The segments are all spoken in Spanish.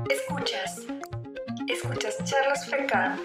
Escuchas Charlas FECAM,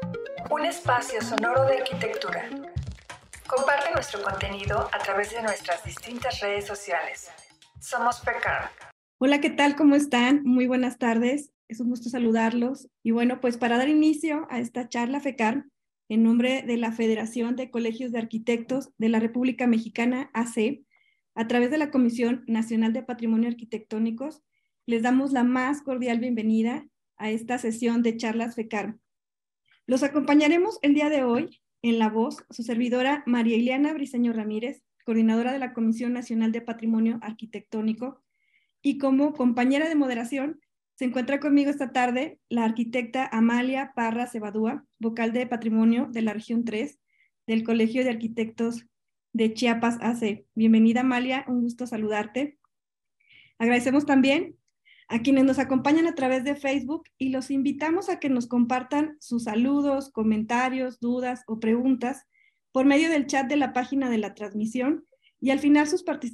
un espacio sonoro de arquitectura. Comparte nuestro contenido a través de nuestras distintas redes sociales. Somos FECAM. Hola, ¿qué tal? ¿Cómo están? Muy buenas tardes. Es un gusto saludarlos. Y bueno, pues para dar inicio a esta charla FECAM, en nombre de la Federación de Colegios de Arquitectos de la República Mexicana, AC, a través de la Comisión Nacional de Patrimonio Arquitectónicos, les damos la más cordial bienvenida a esta sesión de charlas FECAM. Los acompañaremos el día de hoy en la voz su servidora María Ileana Briceño Ramírez, coordinadora de la Comisión Nacional de Patrimonio Arquitectónico, y como compañera de moderación se encuentra conmigo esta tarde la arquitecta Amalia Parra Cebadúa, vocal de Patrimonio de la Región 3 del Colegio de Arquitectos de Chiapas AC. Bienvenida, Amalia, un gusto saludarte. Agradecemos también a quienes nos acompañan a través de Facebook y los invitamos a que nos compartan sus saludos, comentarios, dudas o preguntas por medio del chat de la página de la transmisión, y al final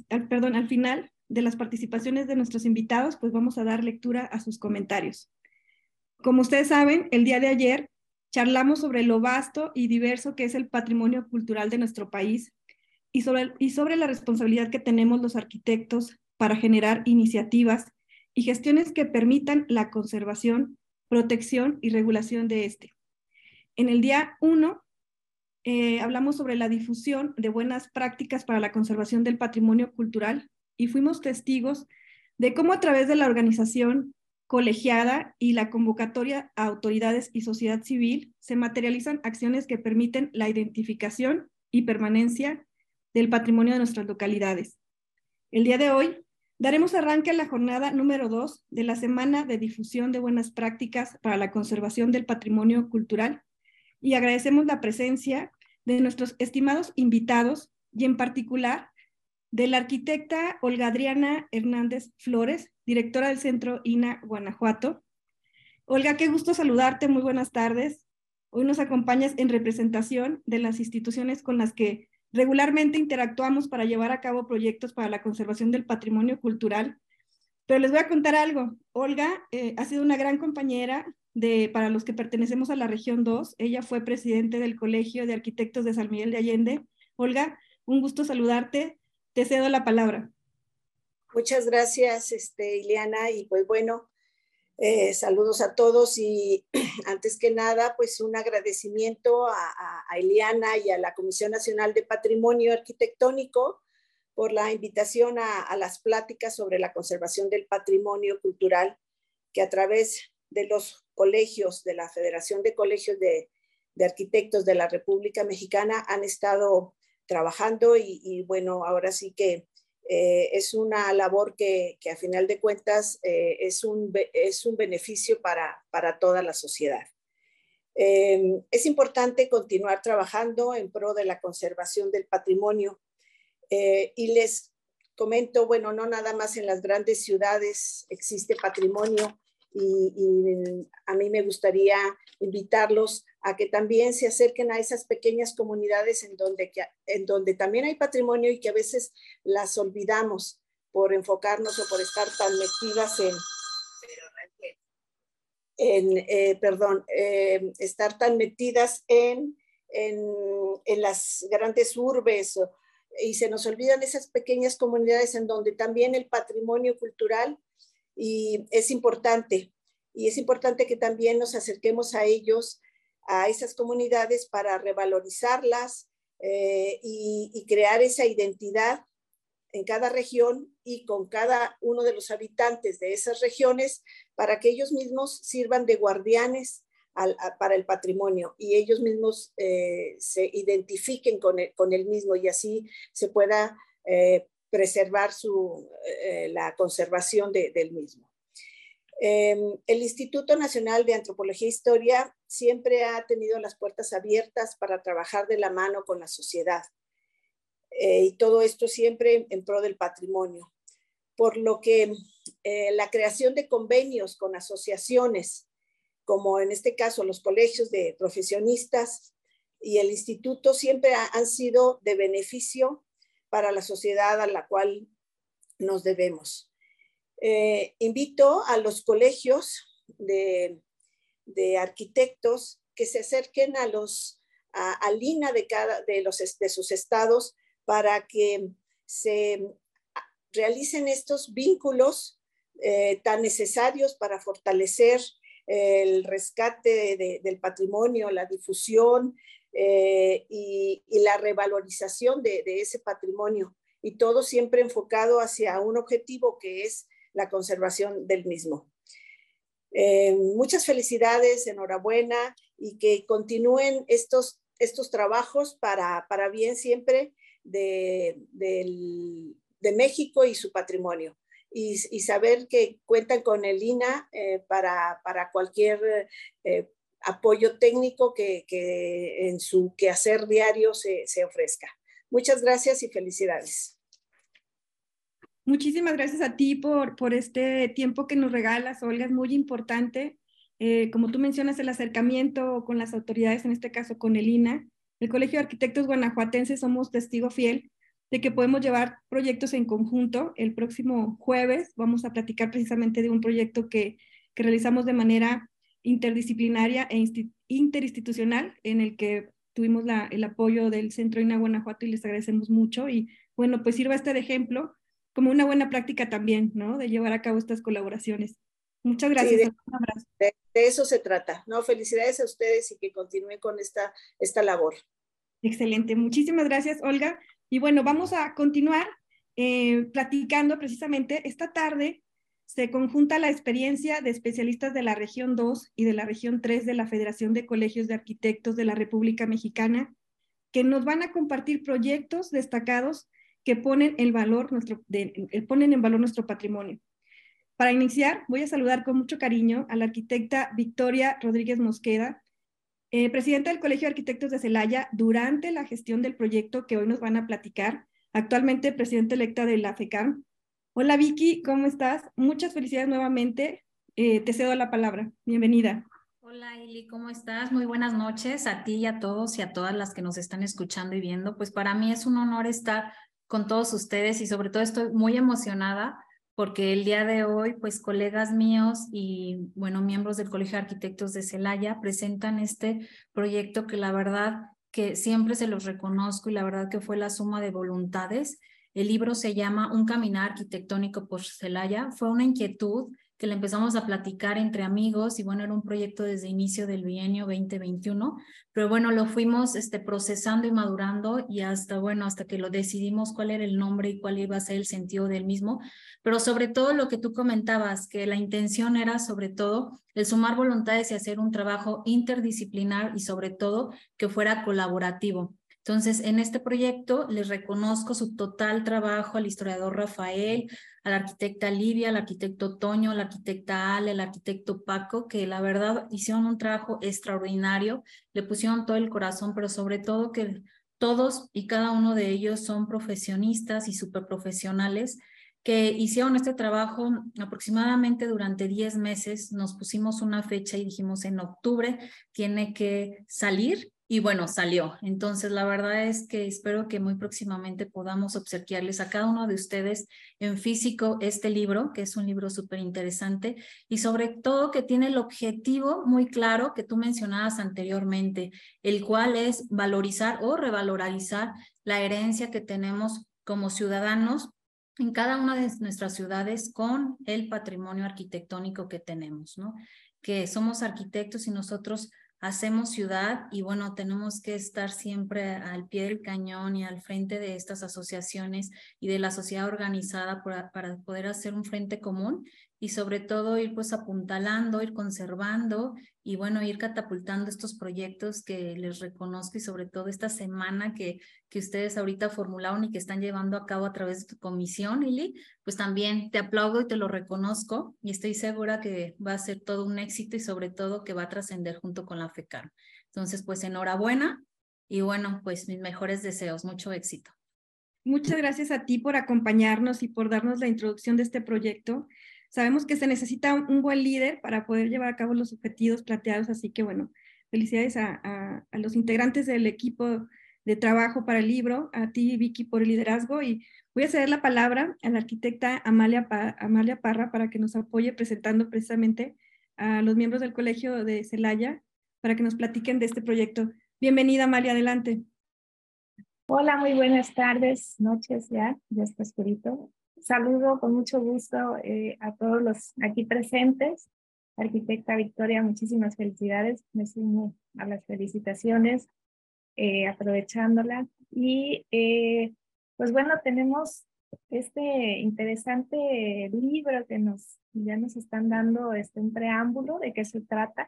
al final de las participaciones de nuestros invitados, pues vamos a dar lectura a sus comentarios. Como ustedes saben, el día de ayer charlamos sobre lo vasto y diverso que es el patrimonio cultural de nuestro país y sobre la responsabilidad que tenemos los arquitectos para generar iniciativas y gestiones que permitan la conservación, protección y regulación de este. En el día 1 hablamos sobre la difusión de buenas prácticas para la conservación del patrimonio cultural y fuimos testigos de cómo a través de la organización colegiada y la convocatoria a autoridades y sociedad civil se materializan acciones que permiten la identificación y permanencia del patrimonio de nuestras localidades. El día de hoy daremos arranque a la jornada número 2 de la Semana de Difusión de Buenas Prácticas para la Conservación del Patrimonio Cultural y agradecemos la presencia de nuestros estimados invitados y en particular de la arquitecta Olga Adriana Hernández Flores, directora del Centro INA Guanajuato. Olga, qué gusto saludarte, muy buenas tardes. Hoy nos acompañas en representación de las instituciones con las que regularmente interactuamos para llevar a cabo proyectos para la conservación del patrimonio cultural. Pero les voy a contar algo. Olga ha sido una gran compañera para los que pertenecemos a la Región 2. Ella fue presidente del Colegio de Arquitectos de San Miguel de Allende. Olga, un gusto saludarte. Te cedo la palabra. Muchas gracias, Ileana, y pues bueno, saludos a todos y antes que nada, pues un agradecimiento a Ileana y a la Comisión Nacional de Patrimonio Arquitectónico por la invitación a las pláticas sobre la conservación del patrimonio cultural que a través de los colegios, de la Federación de Colegios de Arquitectos de la República Mexicana han estado trabajando y bueno, ahora sí que es una labor que a final de cuentas es un beneficio para toda la sociedad. Es importante continuar trabajando en pro de la conservación del patrimonio y les comento, bueno, no nada más en las grandes ciudades existe patrimonio y a mí me gustaría invitarlos a que también se acerquen a esas pequeñas comunidades en donde también hay patrimonio y que a veces las olvidamos por enfocarnos o por estar tan metidas estar tan metidas en las grandes urbes y se nos olvidan esas pequeñas comunidades en donde también el patrimonio cultural y es importante que también nos acerquemos a ellos, a esas comunidades para revalorizarlas y crear esa identidad en cada región y con cada uno de los habitantes de esas regiones para que ellos mismos sirvan de guardianes para el patrimonio y ellos mismos se identifiquen con el mismo y así se pueda preservar la conservación del mismo. El Instituto Nacional de Antropología e Historia siempre ha tenido las puertas abiertas para trabajar de la mano con la sociedad y todo esto siempre en pro del patrimonio, por lo que la creación de convenios con asociaciones, como en este caso los colegios de profesionistas y el instituto siempre han sido de beneficio para la sociedad a la cual nos debemos. Invito a los colegios de arquitectos que se acerquen al INA de sus estados para que se realicen estos vínculos tan necesarios para fortalecer el rescate del patrimonio, la difusión y la revalorización de ese patrimonio, y todo siempre enfocado hacia un objetivo que es la conservación del mismo. Muchas felicidades, enhorabuena, y que continúen estos trabajos para bien siempre de México y su patrimonio. Y saber que cuentan con el INA para cualquier apoyo técnico que en su quehacer diario se ofrezca. Muchas gracias y felicidades. Muchísimas gracias a ti por este tiempo que nos regalas, Olga. Es muy importante, como tú mencionas, el acercamiento con las autoridades, en este caso con el INA. El Colegio de Arquitectos Guanajuatenses somos testigo fiel de que podemos llevar proyectos en conjunto. El próximo jueves vamos a platicar precisamente de un proyecto que realizamos de manera interdisciplinaria e interinstitucional, en el que tuvimos el apoyo del Centro INA Guanajuato y les agradecemos mucho. Y bueno, pues sirva este de ejemplo como una buena práctica también, ¿no? De llevar a cabo estas colaboraciones. Muchas gracias. Sí, un abrazo. De eso se trata, ¿no? Felicidades a ustedes y que continúen con esta labor. Excelente. Muchísimas gracias, Olga. Y bueno, vamos a continuar platicando precisamente. Esta tarde se conjunta la experiencia de especialistas de la región 2 y de la región 3 de la Federación de Colegios de Arquitectos de la República Mexicana, que nos van a compartir proyectos destacados que ponen en valor nuestro patrimonio. Para iniciar, voy a saludar con mucho cariño a la arquitecta Victoria Rodríguez Mosqueda, presidenta del Colegio de Arquitectos de Celaya, durante la gestión del proyecto que hoy nos van a platicar, actualmente presidenta electa de la FECAM. Hola Vicky, ¿cómo estás? Muchas felicidades nuevamente. Te cedo la palabra. Bienvenida. Hola Ili, ¿cómo estás? Muy buenas noches a ti y a todos y a todas las que nos están escuchando y viendo. Pues para mí es un honor estar con todos ustedes y sobre todo estoy muy emocionada porque el día de hoy, pues colegas míos y bueno, miembros del Colegio de Arquitectos de Celaya presentan este proyecto que la verdad que siempre se los reconozco y la verdad que fue la suma de voluntades. El libro se llama Un caminar arquitectónico por Celaya. Fue una inquietud que le empezamos a platicar entre amigos y bueno, era un proyecto desde inicio del bienio 2021, pero bueno, lo fuimos procesando y madurando y hasta que lo decidimos cuál era el nombre y cuál iba a ser el sentido del mismo, pero sobre todo lo que tú comentabas, que la intención era sobre todo el sumar voluntades y hacer un trabajo interdisciplinar y sobre todo que fuera colaborativo. Entonces, en este proyecto les reconozco su total trabajo al historiador Rafael, a la arquitecta Livia, al arquitecto Toño, a la arquitecta Ale, al arquitecto Paco, que la verdad hicieron un trabajo extraordinario, le pusieron todo el corazón, pero sobre todo que todos y cada uno de ellos son profesionistas y súper profesionales que hicieron este trabajo aproximadamente durante 10 meses. Nos pusimos una fecha y dijimos en octubre tiene que salir. Y bueno, salió. Entonces, la verdad es que espero que muy próximamente podamos obsequiarles a cada uno de ustedes en físico este libro, que es un libro súper interesante y sobre todo que tiene el objetivo muy claro que tú mencionabas anteriormente, el cual es valorizar o revalorizar la herencia que tenemos como ciudadanos en cada una de nuestras ciudades con el patrimonio arquitectónico que tenemos, ¿no? Que somos arquitectos y nosotros hacemos ciudad y bueno, tenemos que estar siempre al pie del cañón y al frente de estas asociaciones y de la sociedad organizada para poder hacer un frente común y sobre todo ir pues apuntalando, ir conservando y bueno, ir catapultando estos proyectos que les reconozco y sobre todo esta semana que ustedes ahorita formularon y que están llevando a cabo a través de tu comisión, Ili, pues también te aplaudo y te lo reconozco y estoy segura que va a ser todo un éxito y sobre todo que va a trascender junto con la FECAM. Entonces, pues enhorabuena y bueno, pues mis mejores deseos, mucho éxito. Muchas gracias a ti por acompañarnos y por darnos la introducción de este proyecto. Sabemos que se necesita un buen líder para poder llevar a cabo los objetivos planteados, así que bueno, felicidades a los integrantes del equipo de trabajo para el libro, a ti Vicky por el liderazgo y voy a ceder la palabra a la arquitecta Amalia Parra para que nos apoye presentando precisamente a los miembros del Colegio de Celaya para que nos platiquen de este proyecto. Bienvenida, Amalia, adelante. Hola, muy buenas tardes, noches ya está oscurito. Saludo con mucho gusto a todos los aquí presentes. Arquitecta Victoria, muchísimas felicidades. Me sumo a las felicitaciones, aprovechándola. Y pues bueno, tenemos este interesante libro que ya nos están dando un preámbulo de qué se trata.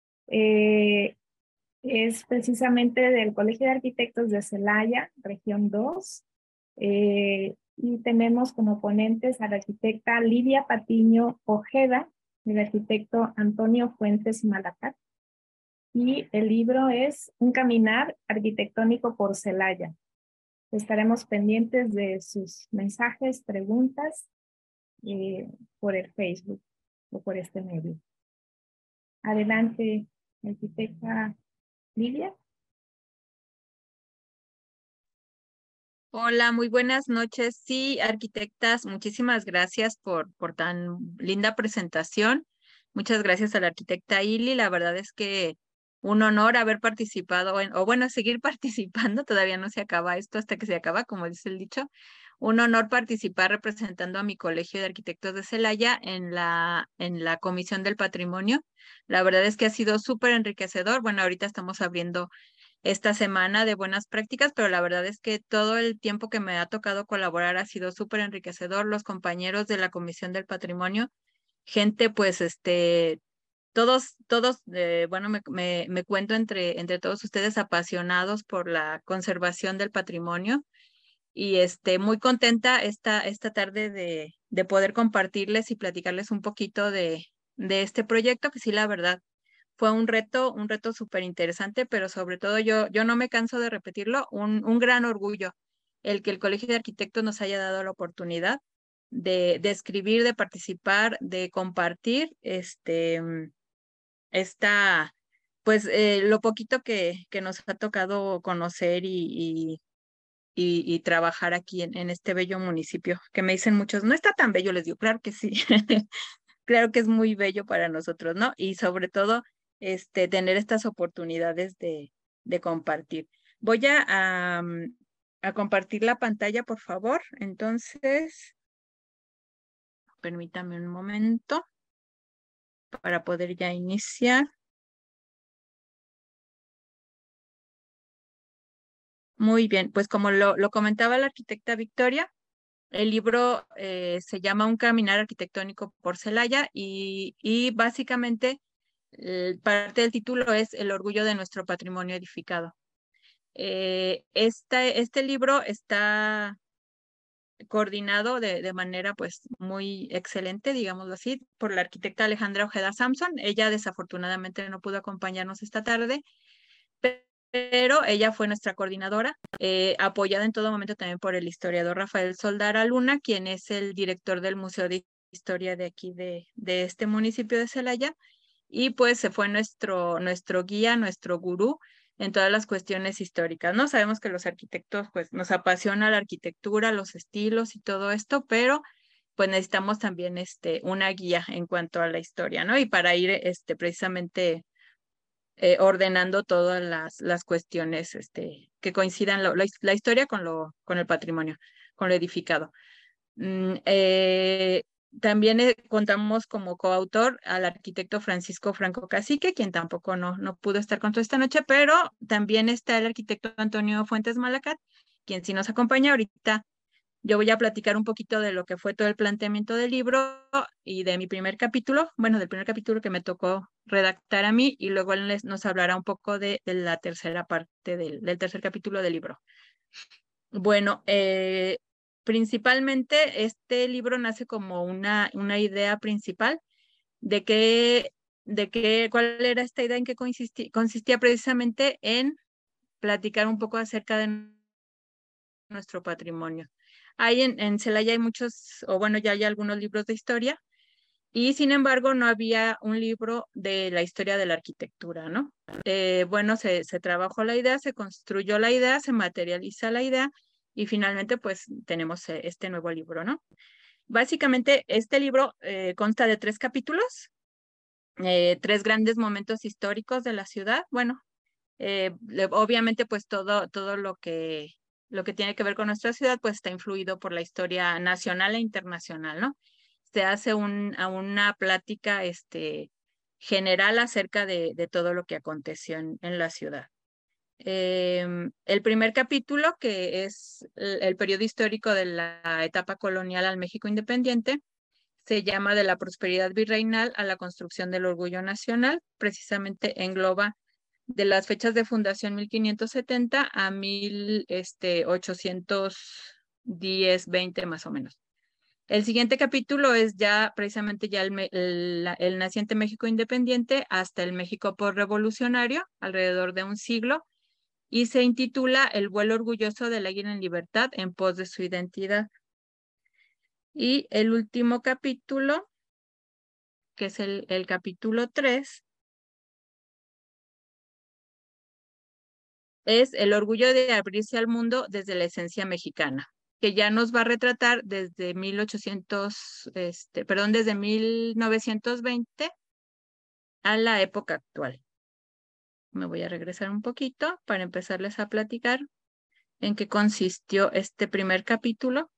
Es precisamente del Colegio de Arquitectos de Celaya, Región 2, y tenemos como ponentes a la arquitecta Lidia Patiño Ojeda y el arquitecto Antonio Fuentes Malacat. Y el libro es Un caminar arquitectónico por Celaya. Estaremos pendientes de sus mensajes, preguntas por el Facebook o por este medio. Adelante, arquitecta Lidia. Hola, muy buenas noches. Sí, arquitectas, muchísimas gracias por tan linda presentación. Muchas gracias a la arquitecta Ili. La verdad es que un honor haber participado, o bueno, seguir participando. Todavía no se acaba esto hasta que se acaba, como dice el dicho. Un honor participar representando a mi Colegio de Arquitectos de Celaya en la Comisión del Patrimonio. La verdad es que ha sido súper enriquecedor. Bueno, ahorita estamos abriendo esta semana de buenas prácticas, pero la verdad es que todo el tiempo que me ha tocado colaborar ha sido súper enriquecedor. Los compañeros de la Comisión del Patrimonio, gente pues todos, bueno, me cuento entre todos ustedes apasionados por la conservación del patrimonio y muy contenta esta tarde de poder compartirles y platicarles un poquito de este proyecto, que sí, la verdad, fue un reto súper interesante, pero sobre todo yo no me canso de repetirlo, un gran orgullo el que el Colegio de Arquitectos nos haya dado la oportunidad de escribir, de participar, de compartir pues lo poquito que nos ha tocado conocer y trabajar aquí en este bello municipio, que me dicen muchos, no está tan bello, les digo, claro que sí, claro que es muy bello para nosotros, ¿no? Y sobre todo, tener estas oportunidades de compartir. Voy a compartir la pantalla, por favor. Entonces, permítame un momento para poder ya iniciar. Muy bien, pues como lo comentaba la arquitecta Victoria, el libro se llama Un caminar arquitectónico por Celaya y básicamente parte del título es El orgullo de nuestro patrimonio edificado. Este libro está coordinado de manera pues muy excelente, digámoslo así, por la arquitecta Alejandra Ojeda Samson. Ella desafortunadamente no pudo acompañarnos esta tarde, pero ella fue nuestra coordinadora, apoyada en todo momento también por el historiador Rafael Soldara Luna, quien es el director del Museo de Historia de aquí de este municipio de Celaya, y pues se fue nuestro guía, nuestro gurú en todas las cuestiones históricas, ¿no? Sabemos que los arquitectos pues nos apasiona la arquitectura, los estilos y todo esto, pero pues necesitamos también una guía en cuanto a la historia, ¿no? Y para ir precisamente ordenando todas las cuestiones que coincidan la historia con el patrimonio, con lo edificado. También contamos como coautor al arquitecto Francisco Franco Cacique, quien tampoco no pudo estar con toda esta noche, pero también está el arquitecto Antonio Fuentes Malacat, quien sí nos acompaña ahorita. Yo voy a platicar un poquito de lo que fue todo el planteamiento del libro y de mi primer capítulo, bueno, del primer capítulo que me tocó redactar a mí, y luego él nos hablará un poco de la tercera parte del tercer capítulo del libro. Bueno, principalmente este libro nace como una idea principal cuál era esta idea, en qué consistía precisamente en platicar un poco acerca de nuestro patrimonio. En Celaya hay muchos, o bueno, ya hay algunos libros de historia, y sin embargo no había un libro de la historia de la arquitectura, ¿no? Bueno, se trabajó la idea, se construyó la idea, se materializa la idea, y finalmente pues tenemos este nuevo libro, ¿no? Básicamente este libro consta de 3 capítulos. tres grandes momentos históricos de la ciudad. Bueno, obviamente pues todo lo que tiene que ver con nuestra ciudad pues está influido por la historia nacional e internacional, ¿no? Se hace una plática general acerca de todo lo que aconteció en la ciudad. El primer capítulo, que es el periodo histórico de la etapa colonial al México independiente, se llama De la prosperidad virreinal a la construcción del orgullo nacional. Precisamente engloba de las fechas de fundación 1570 a 1810, 20 más o menos. El siguiente capítulo es ya precisamente ya el naciente México independiente hasta el México postrevolucionario, alrededor de un siglo, y se intitula El vuelo orgulloso del águila en libertad en pos de su identidad. Y el último capítulo, que es el capítulo 3, es el orgullo de abrirse al mundo desde la esencia mexicana, que ya nos va a retratar desde desde 1920 a la época actual. Me voy a regresar un poquito para empezarles a platicar en qué consistió este primer capítulo,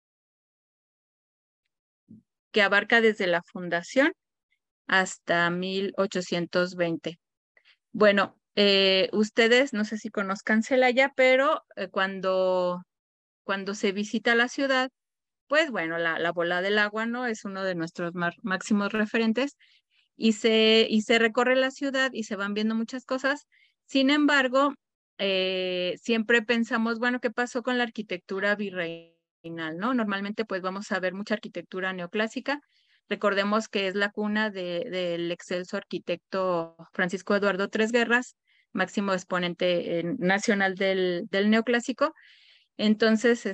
que abarca desde la fundación hasta 1820. Bueno, ustedes no sé si conozcan Celaya, pero cuando se visita la ciudad, pues bueno, la bola del agua, ¿no? Es uno de nuestros máximos referentes y se recorre la ciudad y se van viendo muchas cosas. Sin embargo, siempre pensamos, bueno, ¿qué pasó con la arquitectura virreinal, no? Normalmente pues vamos a ver mucha arquitectura neoclásica. Recordemos que es la cuna del excelso arquitecto Francisco Eduardo Tres Guerras, máximo exponente nacional del neoclásico. Entonces,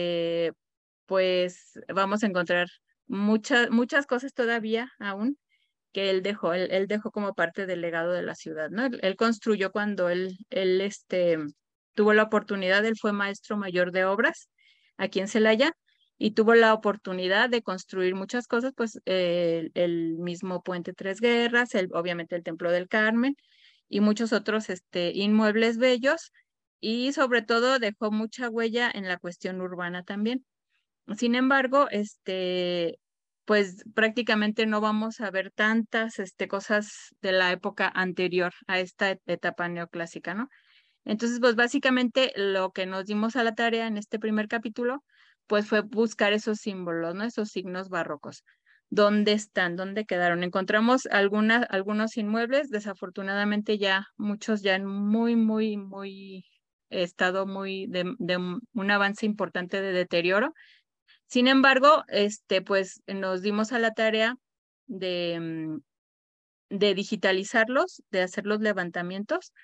pues vamos a encontrar muchas cosas todavía aún que él dejó. Él dejó como parte del legado de la ciudad, ¿no? Él construyó cuando él tuvo la oportunidad. Él fue maestro mayor de obras aquí en Celaya y tuvo la oportunidad de construir muchas cosas, pues el mismo Puente Tres Guerras, obviamente el Templo del Carmen y muchos otros inmuebles bellos, y sobre todo dejó mucha huella en la cuestión urbana también. Sin embargo, pues prácticamente no vamos a ver tantas cosas de la época anterior a esta etapa neoclásica, ¿no? Entonces, pues básicamente lo que nos dimos a la tarea en este primer capítulo, pues fue buscar esos símbolos, ¿no? Esos signos barrocos. ¿Dónde están? ¿Dónde quedaron? Encontramos algunos inmuebles, desafortunadamente ya muchos ya en muy estado de un avance importante de deterioro. Sin embargo, pues nos dimos a la tarea de digitalizarlos, de hacer los levantamientos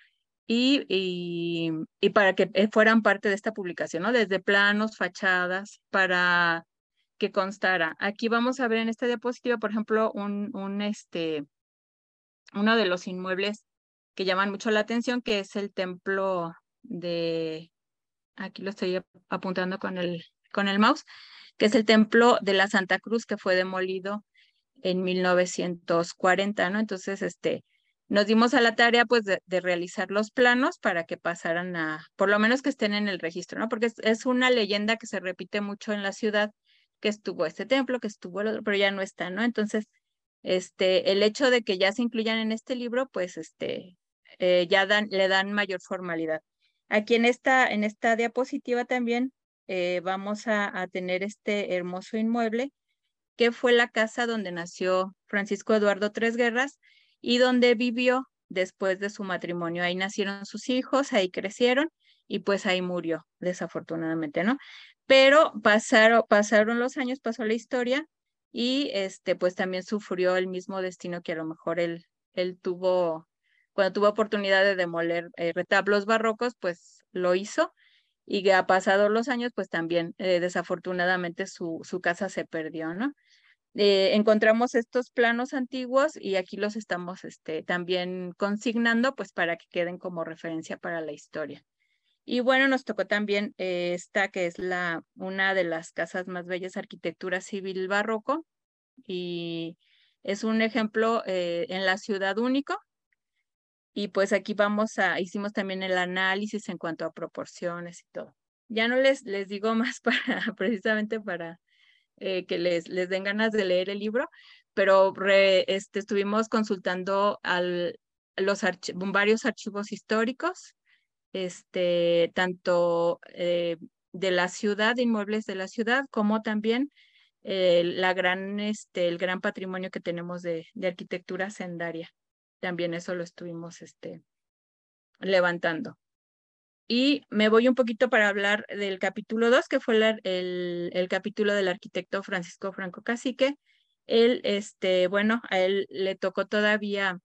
y para que fueran parte de esta publicación, ¿no? Desde planos, fachadas, para que constara. Aquí vamos a ver en esta diapositiva, por ejemplo, uno de los inmuebles que llaman mucho la atención, que es el templo aquí lo estoy apuntando con el mouse, que es el templo de la Santa Cruz, que fue demolido en 1940, ¿no? Entonces, nos dimos a la tarea pues de realizar los planos para que pasaran por lo menos que estén en el registro, ¿no? Porque es una leyenda que se repite mucho en la ciudad, que estuvo este templo, que estuvo el otro, pero ya no está, ¿no? Entonces, el hecho de que ya se incluyan en este libro, pues, ya le dan mayor formalidad. Aquí en esta diapositiva también vamos a tener este hermoso inmueble, que fue la casa donde nació Francisco Eduardo Tres Guerras y donde vivió después de su matrimonio. Ahí nacieron sus hijos, ahí crecieron y pues ahí murió, desafortunadamente, ¿no? Pero pasaron los años, pasó la historia y pues también sufrió el mismo destino que a lo mejor él tuvo cuando tuvo oportunidad de demoler retablos barrocos, pues lo hizo. Y que ha pasado los años, pues también desafortunadamente su casa se perdió, ¿no? Encontramos estos planos antiguos y aquí los estamos también consignando, pues para que queden como referencia para la historia. Y bueno, nos tocó también esta que es una de las casas más bellas, arquitectura civil barroco, y Es un ejemplo en la ciudad único. Y pues aquí hicimos también el análisis en cuanto a proporciones y todo. Ya no les digo más precisamente para que les den ganas de leer el libro, pero estuvimos consultando varios archivos históricos, tanto de la ciudad, de inmuebles de la ciudad, como también el gran patrimonio que tenemos de arquitectura hacendaria. También eso lo estuvimos levantando. Y me voy un poquito para hablar del capítulo 2, que fue el capítulo del arquitecto Francisco Franco Cacique. Él, bueno, a él le tocó todavía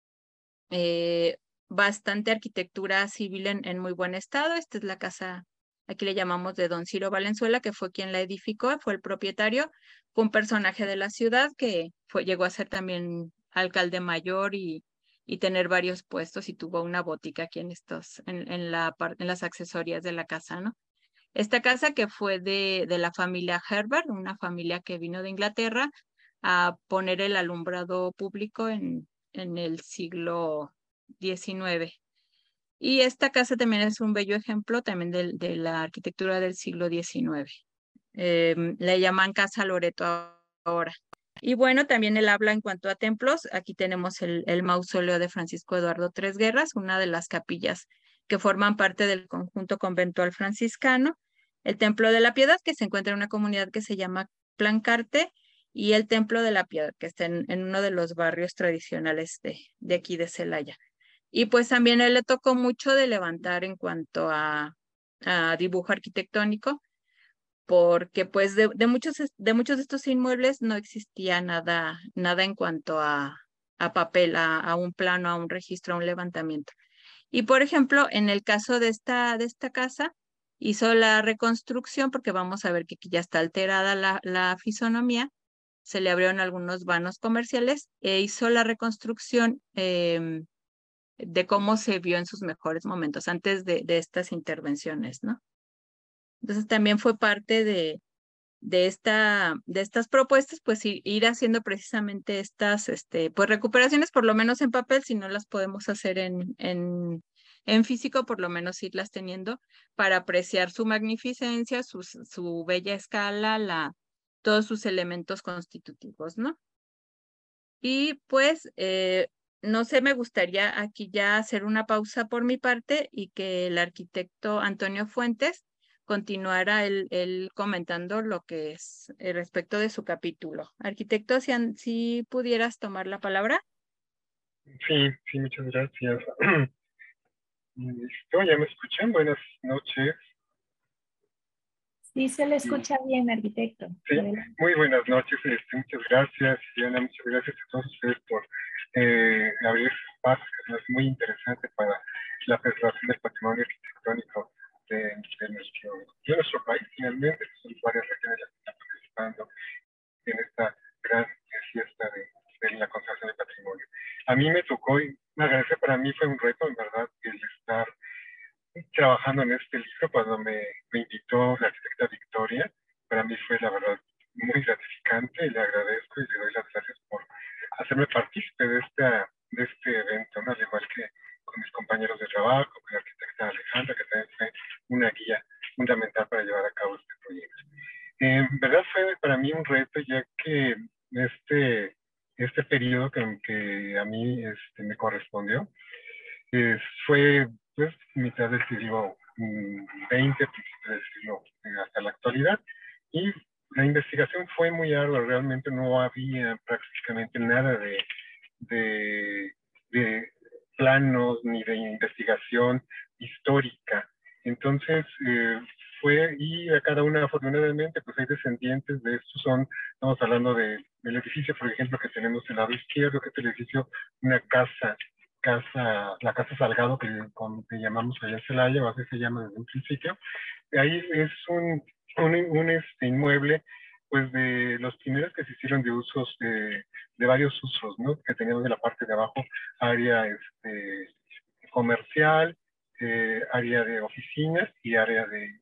bastante arquitectura civil en muy buen estado. Esta es la casa, aquí le llamamos de Don Ciro Valenzuela, que fue quien la edificó, fue el propietario. Fue un personaje de la ciudad que llegó a ser también alcalde mayor y tener varios puestos, y tuvo una botica aquí en las accesorias de la casa, ¿no? Esta casa que fue de la familia Herbert, una familia que vino de Inglaterra a poner el alumbrado público en el siglo XIX. Y esta casa también es un bello ejemplo también de la arquitectura del siglo XIX. Le llaman Casa Loreto ahora. Y bueno, también él habla en cuanto a templos. Aquí tenemos el mausoleo de Francisco Eduardo Tres Guerras, una de las capillas que forman parte del conjunto conventual franciscano. El Templo de la Piedad, que se encuentra en una comunidad que se llama Plancarte, y el Templo de la Piedad, que está en uno de los barrios tradicionales de aquí de Celaya. Y pues también a él le tocó mucho de levantar en cuanto a dibujo arquitectónico, porque pues de muchos de estos inmuebles no existía nada en cuanto a papel, a un plano, a un registro, a un levantamiento. Y por ejemplo, en el caso de esta casa, hizo la reconstrucción, porque vamos a ver que aquí ya está alterada la fisonomía, se le abrieron algunos vanos comerciales e hizo la reconstrucción de cómo se vio en sus mejores momentos, antes de estas intervenciones, ¿no? Entonces también fue parte de estas propuestas, pues ir haciendo precisamente estas pues recuperaciones, por lo menos en papel. Si no las podemos hacer en físico, por lo menos irlas teniendo para apreciar su magnificencia, su bella escala, todos sus elementos constitutivos, ¿no? Y pues, no sé, me gustaría aquí ya hacer una pausa por mi parte y que el arquitecto Antonio Fuentes continuara él comentando lo que es respecto de su capítulo. Arquitecto, si pudieras tomar la palabra. Sí, muchas gracias. Listo, ¿ya me escuchan? Buenas noches. Sí, se le escucha bien, arquitecto. Sí, muy buenas noches. Muchas gracias, Diana. Muchas gracias a todos ustedes por abrir este espacio, que es muy interesante para la preservación del patrimonio arquitectónico de nuestro país, finalmente. Son varias regiones las que están participando en esta gran fiesta de la conservación del patrimonio. A mí me tocó, y me agradece, para mí fue un reto, en verdad, el estar trabajando en este libro. Cuando me invitó la arquitecta Victoria, para mí fue, la verdad, muy gratificante, y le agradezco y le doy las gracias por hacerme partícipe de este evento, ¿no? Al igual que con mis compañeros de trabajo, con la arquitecta Alejandra, que también fue una guía fundamental para llevar a cabo este proyecto. En verdad fue para mí un reto, ya que este periodo que a mí me correspondió fue pues mitad del siglo XX, principio del siglo hasta la actualidad, y la investigación fue muy ardua. Realmente no había prácticamente nada de planos ni de investigación histórica. Entonces y a cada una, afortunadamente, pues hay descendientes de estos. Estamos hablando del edificio, por ejemplo, que tenemos el lado izquierdo, que es el edificio, una la Casa Salgado, que llamamos allá en Celaya, o así se llama desde un principio. Ahí es un inmueble, pues de los primeros que se hicieron de usos, de varios usos, ¿no? Que teníamos de la parte de abajo área comercial, área de oficinas y área de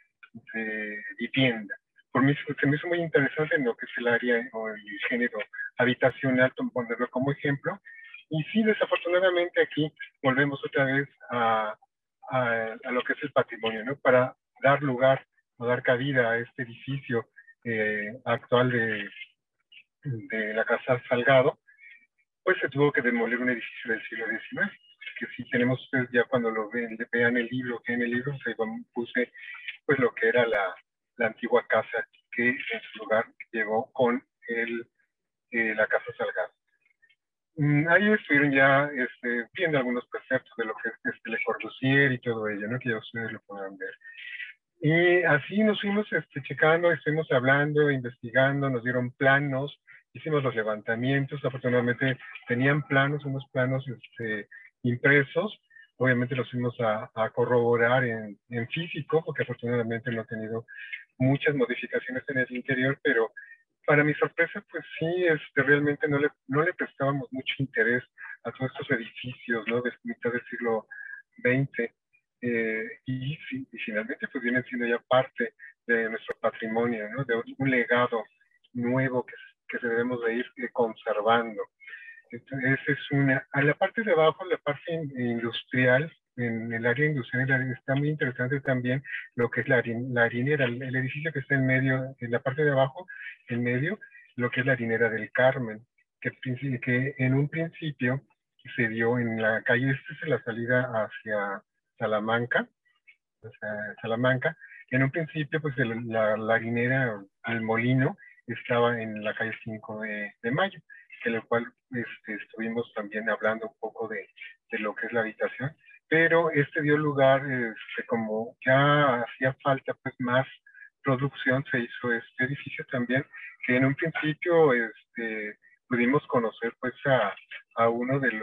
vivienda. Por mí se me hizo muy interesante en lo que es el área o el género habitacional, ponerlo como ejemplo. Y sí, desafortunadamente aquí volvemos otra vez a lo que es el patrimonio, ¿no? Para dar lugar o dar cabida a este edificio actual de la Casa Salgado, pues se tuvo que demoler un edificio del siglo XIX. Que si tenemos ustedes ya cuando lo vean el libro, que en el libro se puse pues lo que era la antigua casa que en su lugar llegó con la Casa Salgado. Ahí estuvieron ya viendo algunos preceptos de lo que es Le Corbusier y todo ello, ¿no? Que ya ustedes lo podrán ver. Y así nos fuimos checando, estuvimos hablando, investigando, nos dieron planos, hicimos los levantamientos, afortunadamente tenían planos, unos planos impresos, obviamente los fuimos a corroborar en físico, porque afortunadamente no ha tenido muchas modificaciones en el interior, pero para mi sorpresa, pues sí, realmente no le prestábamos mucho interés a todos estos edificios, ¿no? De mitad del siglo XX. Y finalmente pues vienen siendo ya parte de nuestro patrimonio, ¿no? De un legado nuevo que debemos de ir conservando. Entonces, a la parte de abajo, la parte industrial, en el área industrial está muy interesante también lo que es la harinera, el edificio que está en medio, en la parte de abajo, en medio, lo que es la harinera del Carmen, que en un principio se dio en la calle, esta es la salida hacia Salamanca, en un principio pues la harinera, el molino, estaba en la calle 5 de Mayo, en lo cual estuvimos también hablando un poco de lo que es la habitación, pero dio lugar, como ya hacía falta pues más producción, se hizo este edificio también, que en un principio pudimos conocer pues a uno de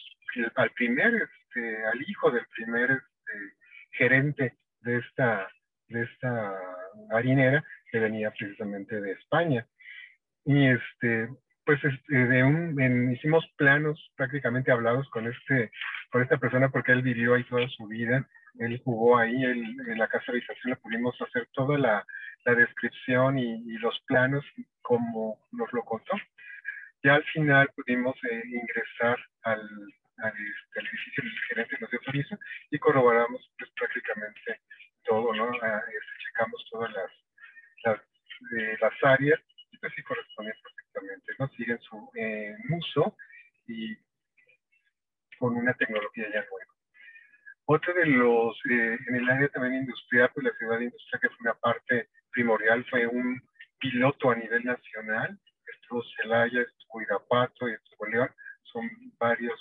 al hijo del primer gerente de esta harinera, que venía precisamente de España. Y pues hicimos planos prácticamente hablados con esta persona, porque él vivió ahí toda su vida, él jugó ahí, en la casa de habitación le pudimos hacer toda la descripción y los planos como nos lo contó. Ya al final pudimos ingresar al edificio, el gerente nos dio permiso y corroboramos pues prácticamente todo, ¿no? Checamos todas las áreas y pues sí corresponden perfectamente, ¿no? Siguen su uso y con una tecnología ya nueva. Otro de en el área también industrial, pues la ciudad industrial, que fue una parte primordial, fue un piloto a nivel nacional. Estuvo Celaya, estuvo Irapuato y estuvo León. Son varios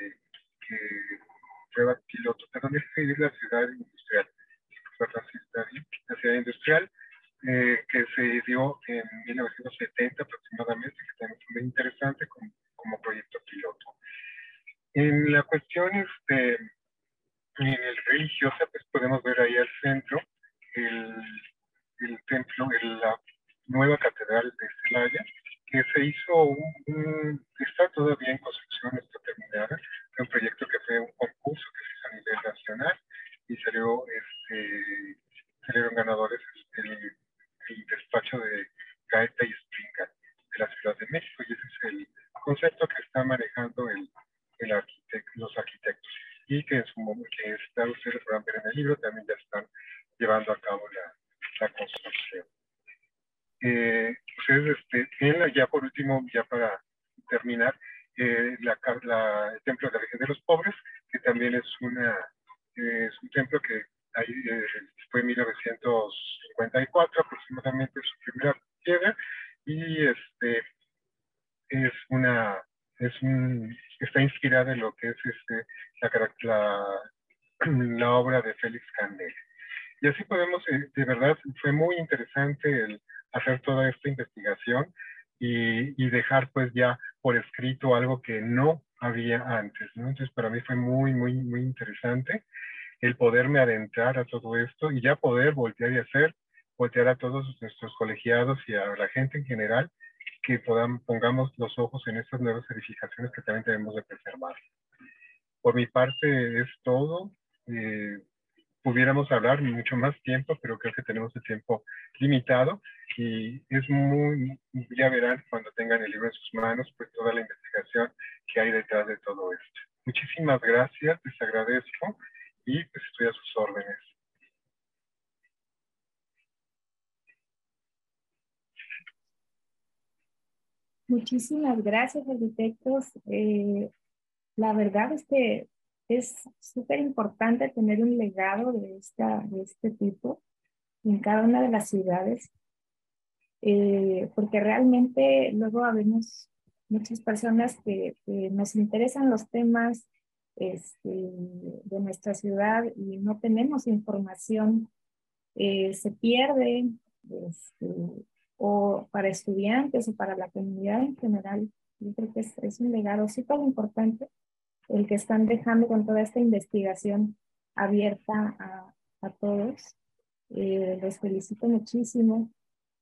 pruebas pilotos. ¿Pero dónde es la ciudad industrial? La ciudad industrial que se dio en 1970 aproximadamente, que también fue muy interesante como proyecto piloto. En la cuestión en el religiosa, pues podemos ver ahí al centro el templo, la nueva catedral de Celaya, que se hizo está todavía en construcción, está terminada. Fue un proyecto que fue un concurso que se hizo a nivel nacional y salieron ganadores el despacho de Gaeta y Springa de la Ciudad de México, y ese es el concepto que está manejando los arquitectos, y que en su momento, ustedes lo podrán ver en el libro, también ya están llevando a cabo la construcción. Ustedes, ya por último, ya para terminar, el Templo de la Virgen de los Pobres, que también es un templo que fue en 1954 aproximadamente su primera piedra, y está inspirada en lo que es la obra de Félix Candela. Y así podemos, de verdad, fue muy interesante el hacer toda esta investigación y dejar pues ya por escrito algo que no había antes, ¿no? Entonces para mí fue muy, muy, muy interesante el poderme adentrar a todo esto y ya poder voltear a todos nuestros colegiados y a la gente en general, que pongamos los ojos en estas nuevas edificaciones que también debemos de preservar. Por mi parte es todo. pudiéramos hablar mucho más tiempo, pero creo que tenemos el tiempo limitado y es ya verán cuando tengan el libro en sus manos, pues toda la investigación que hay detrás de todo esto. Muchísimas gracias, les agradezco y pues estoy a sus órdenes. Muchísimas gracias, arquitectos. La verdad es que es súper importante tener un legado de este tipo en cada una de las ciudades, porque realmente luego habemos muchas personas que nos interesan los temas de nuestra ciudad y no tenemos información, se pierde, o para estudiantes o para la comunidad en general. Yo creo que es un legado súper importante el que están dejando con toda esta investigación abierta a todos. Les felicito muchísimo.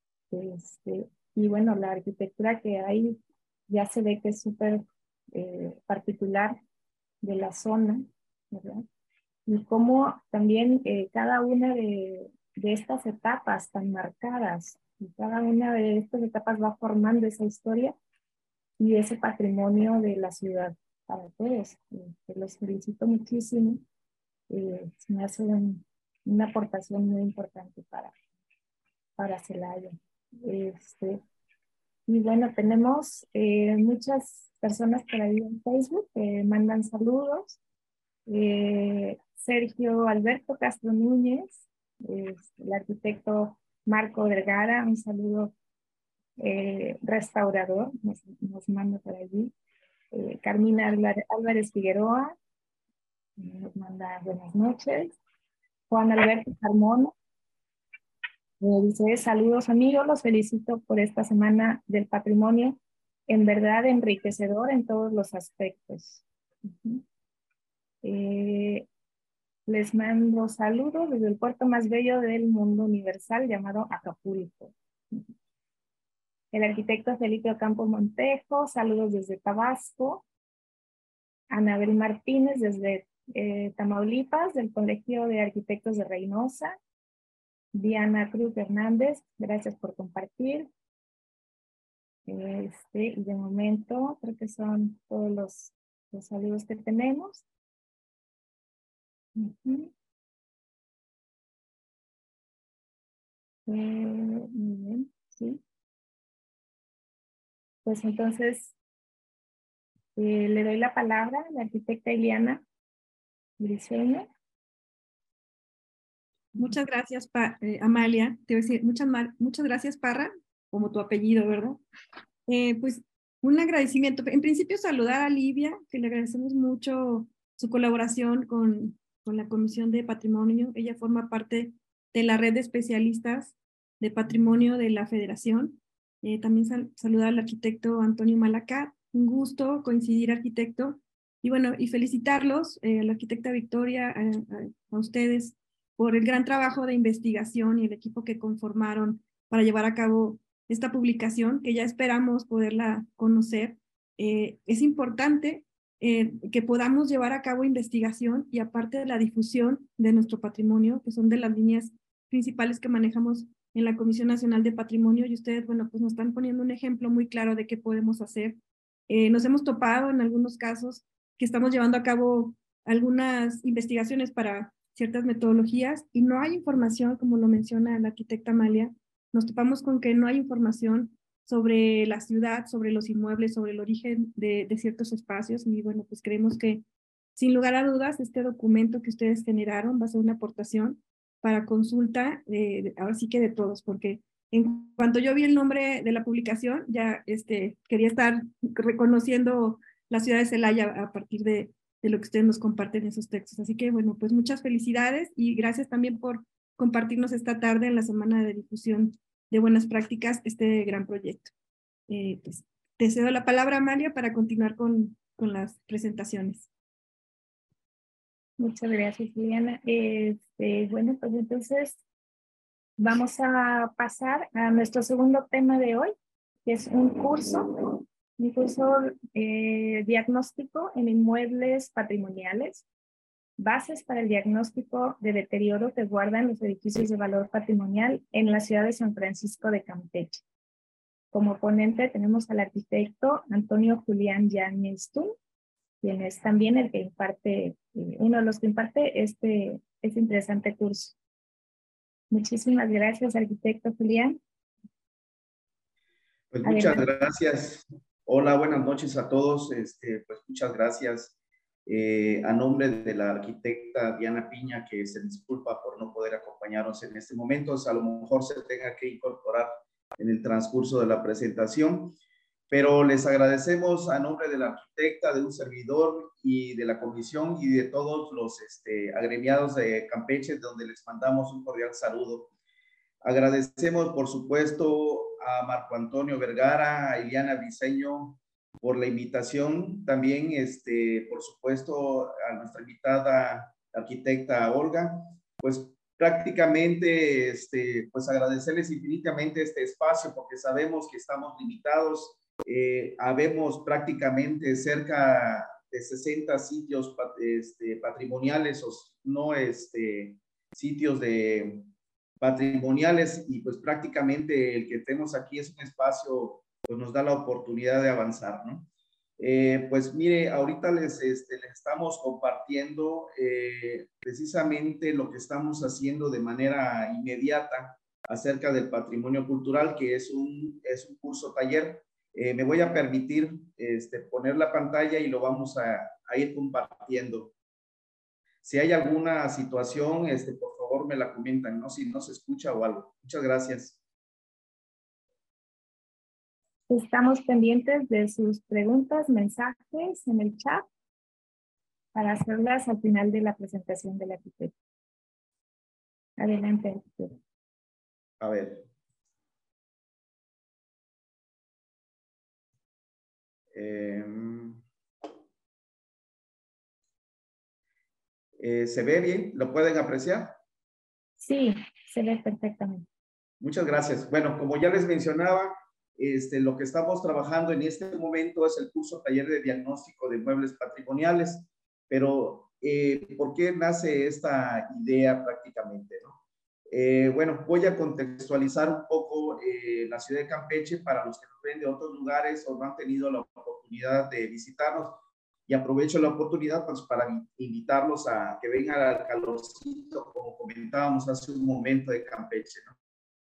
Y bueno, la arquitectura que hay ya se ve que es súper particular de la zona, ¿verdad? Y cómo también cada una de estas etapas tan marcadas, y cada una de estas etapas va formando esa historia y ese patrimonio de la ciudad para todos. Los felicito muchísimo. Me hace una aportación muy importante para Celaya. Y bueno, tenemos muchas personas por ahí en Facebook que mandan saludos. Sergio Alberto Castro Núñez, el arquitecto Marco Vergara, un saludo, restaurador, nos manda por allí. Carmina Álvarez Figueroa nos manda buenas noches. Juan Alberto Carmona dice: saludos amigos, los felicito por esta semana del patrimonio, en verdad enriquecedor en todos los aspectos. Les mando saludos desde el puerto más bello del mundo universal llamado Acapulco. El arquitecto Felipe Ocampo Montejo, saludos desde Tabasco. Anabel Martínez desde Tamaulipas, del Colegio de Arquitectos de Reynosa. Diana Cruz Hernández, gracias por compartir. Y de momento creo que son todos los saludos que tenemos. Muy bien, sí. Pues entonces le doy la palabra a la arquitecta Ileana Briceño. Muchas gracias, Amalia. Te voy a decir, muchas gracias, Parra, como tu apellido, ¿verdad? Pues un agradecimiento. En principio, saludar a Livia, que le agradecemos mucho su colaboración con la Comisión de Patrimonio. Ella forma parte de la red de especialistas de patrimonio de la Federación. También saludar al arquitecto Antonio Malacat. Un gusto coincidir, arquitecto. Y bueno, y felicitarlos, a la arquitecta Victoria, a ustedes, por el gran trabajo de investigación y el equipo que conformaron para llevar a cabo esta publicación, que ya esperamos poderla conocer. Es importante que podamos llevar a cabo investigación y aparte de la difusión de nuestro patrimonio, que son de las líneas principales que manejamos en la Comisión Nacional de Patrimonio, y ustedes, bueno, pues nos están poniendo un ejemplo muy claro de qué podemos hacer. Nos hemos topado en algunos casos que estamos llevando a cabo algunas investigaciones para ciertas metodologías y no hay información, como lo menciona la arquitecta Amalia. Nos topamos con que no hay información sobre la ciudad, sobre los inmuebles, sobre el origen de ciertos espacios, y bueno, pues creemos que sin lugar a dudas este documento que ustedes generaron va a ser una aportación para consulta, ahora sí que de todos, porque en cuanto yo vi el nombre de la publicación, ya quería estar reconociendo la ciudad de Celaya a partir de lo que ustedes nos comparten en esos textos. Así que bueno, pues muchas felicidades y gracias también por compartirnos esta tarde en la Semana de Difusión de Buenas Prácticas este gran proyecto. Pues te cedo la palabra, Amalia, para continuar con las presentaciones. Muchas gracias, Liliana. Bueno, pues entonces vamos a pasar a nuestro segundo tema de hoy, que es un curso diagnóstico en inmuebles patrimoniales. bases para el diagnóstico de deterioro que guardan los edificios de valor patrimonial en la ciudad de San Francisco de Campeche. Como ponente tenemos al arquitecto Antonio Julián Yáñez Tun, quien es también el que imparte, uno de los que imparte este interesante curso. Muchísimas gracias, arquitecto Julián. Pues muchas gracias. Hola, buenas noches a todos. Pues muchas gracias. A nombre de la arquitecta Diana Piña, que se disculpa por no poder acompañarnos en este momento, a lo mejor se tenga que incorporar en el transcurso de la presentación, pero les agradecemos a nombre de la arquitecta, de un servidor y de la comisión y de todos los agremiados de Campeche, donde les mandamos un cordial saludo. Agradecemos, por supuesto, a Marco Antonio Vergara, a Iliana Briceño por la invitación. También, por supuesto, a nuestra invitada arquitecta Olga. Pues prácticamente, pues agradecerles infinitamente este espacio porque sabemos que estamos limitados. Habemos prácticamente cerca de 60 sitios patrimoniales, o no sitios patrimoniales, y pues prácticamente el que tenemos aquí es un espacio, pues nos da la oportunidad de avanzar, ¿no? Pues mire, ahorita les estamos compartiendo precisamente lo que estamos haciendo de manera inmediata acerca del patrimonio cultural, que es un curso taller. Me voy a permitir poner la pantalla y lo vamos a ir compartiendo. Si hay alguna situación, por favor me la comentan, ¿no? Si no se escucha o algo. Muchas gracias. Estamos pendientes de sus preguntas, mensajes en el chat para hacerlas al final de la presentación del arquitecto. Adelante, arquitecto. A ver. ¿Se ve bien? ¿Lo pueden apreciar? Sí, se ve perfectamente. Muchas gracias. Bueno, como ya les mencionaba, lo que estamos trabajando en este momento es el curso taller de diagnóstico de muebles patrimoniales. Pero, ¿por qué nace esta idea prácticamente, no? Bueno, voy a contextualizar un poco la ciudad de Campeche para los que nos ven de otros lugares o no han tenido la oportunidad de visitarnos. Y aprovecho la oportunidad pues, para invitarlos a que vengan al calorcito, como comentábamos hace un momento, de Campeche, ¿no?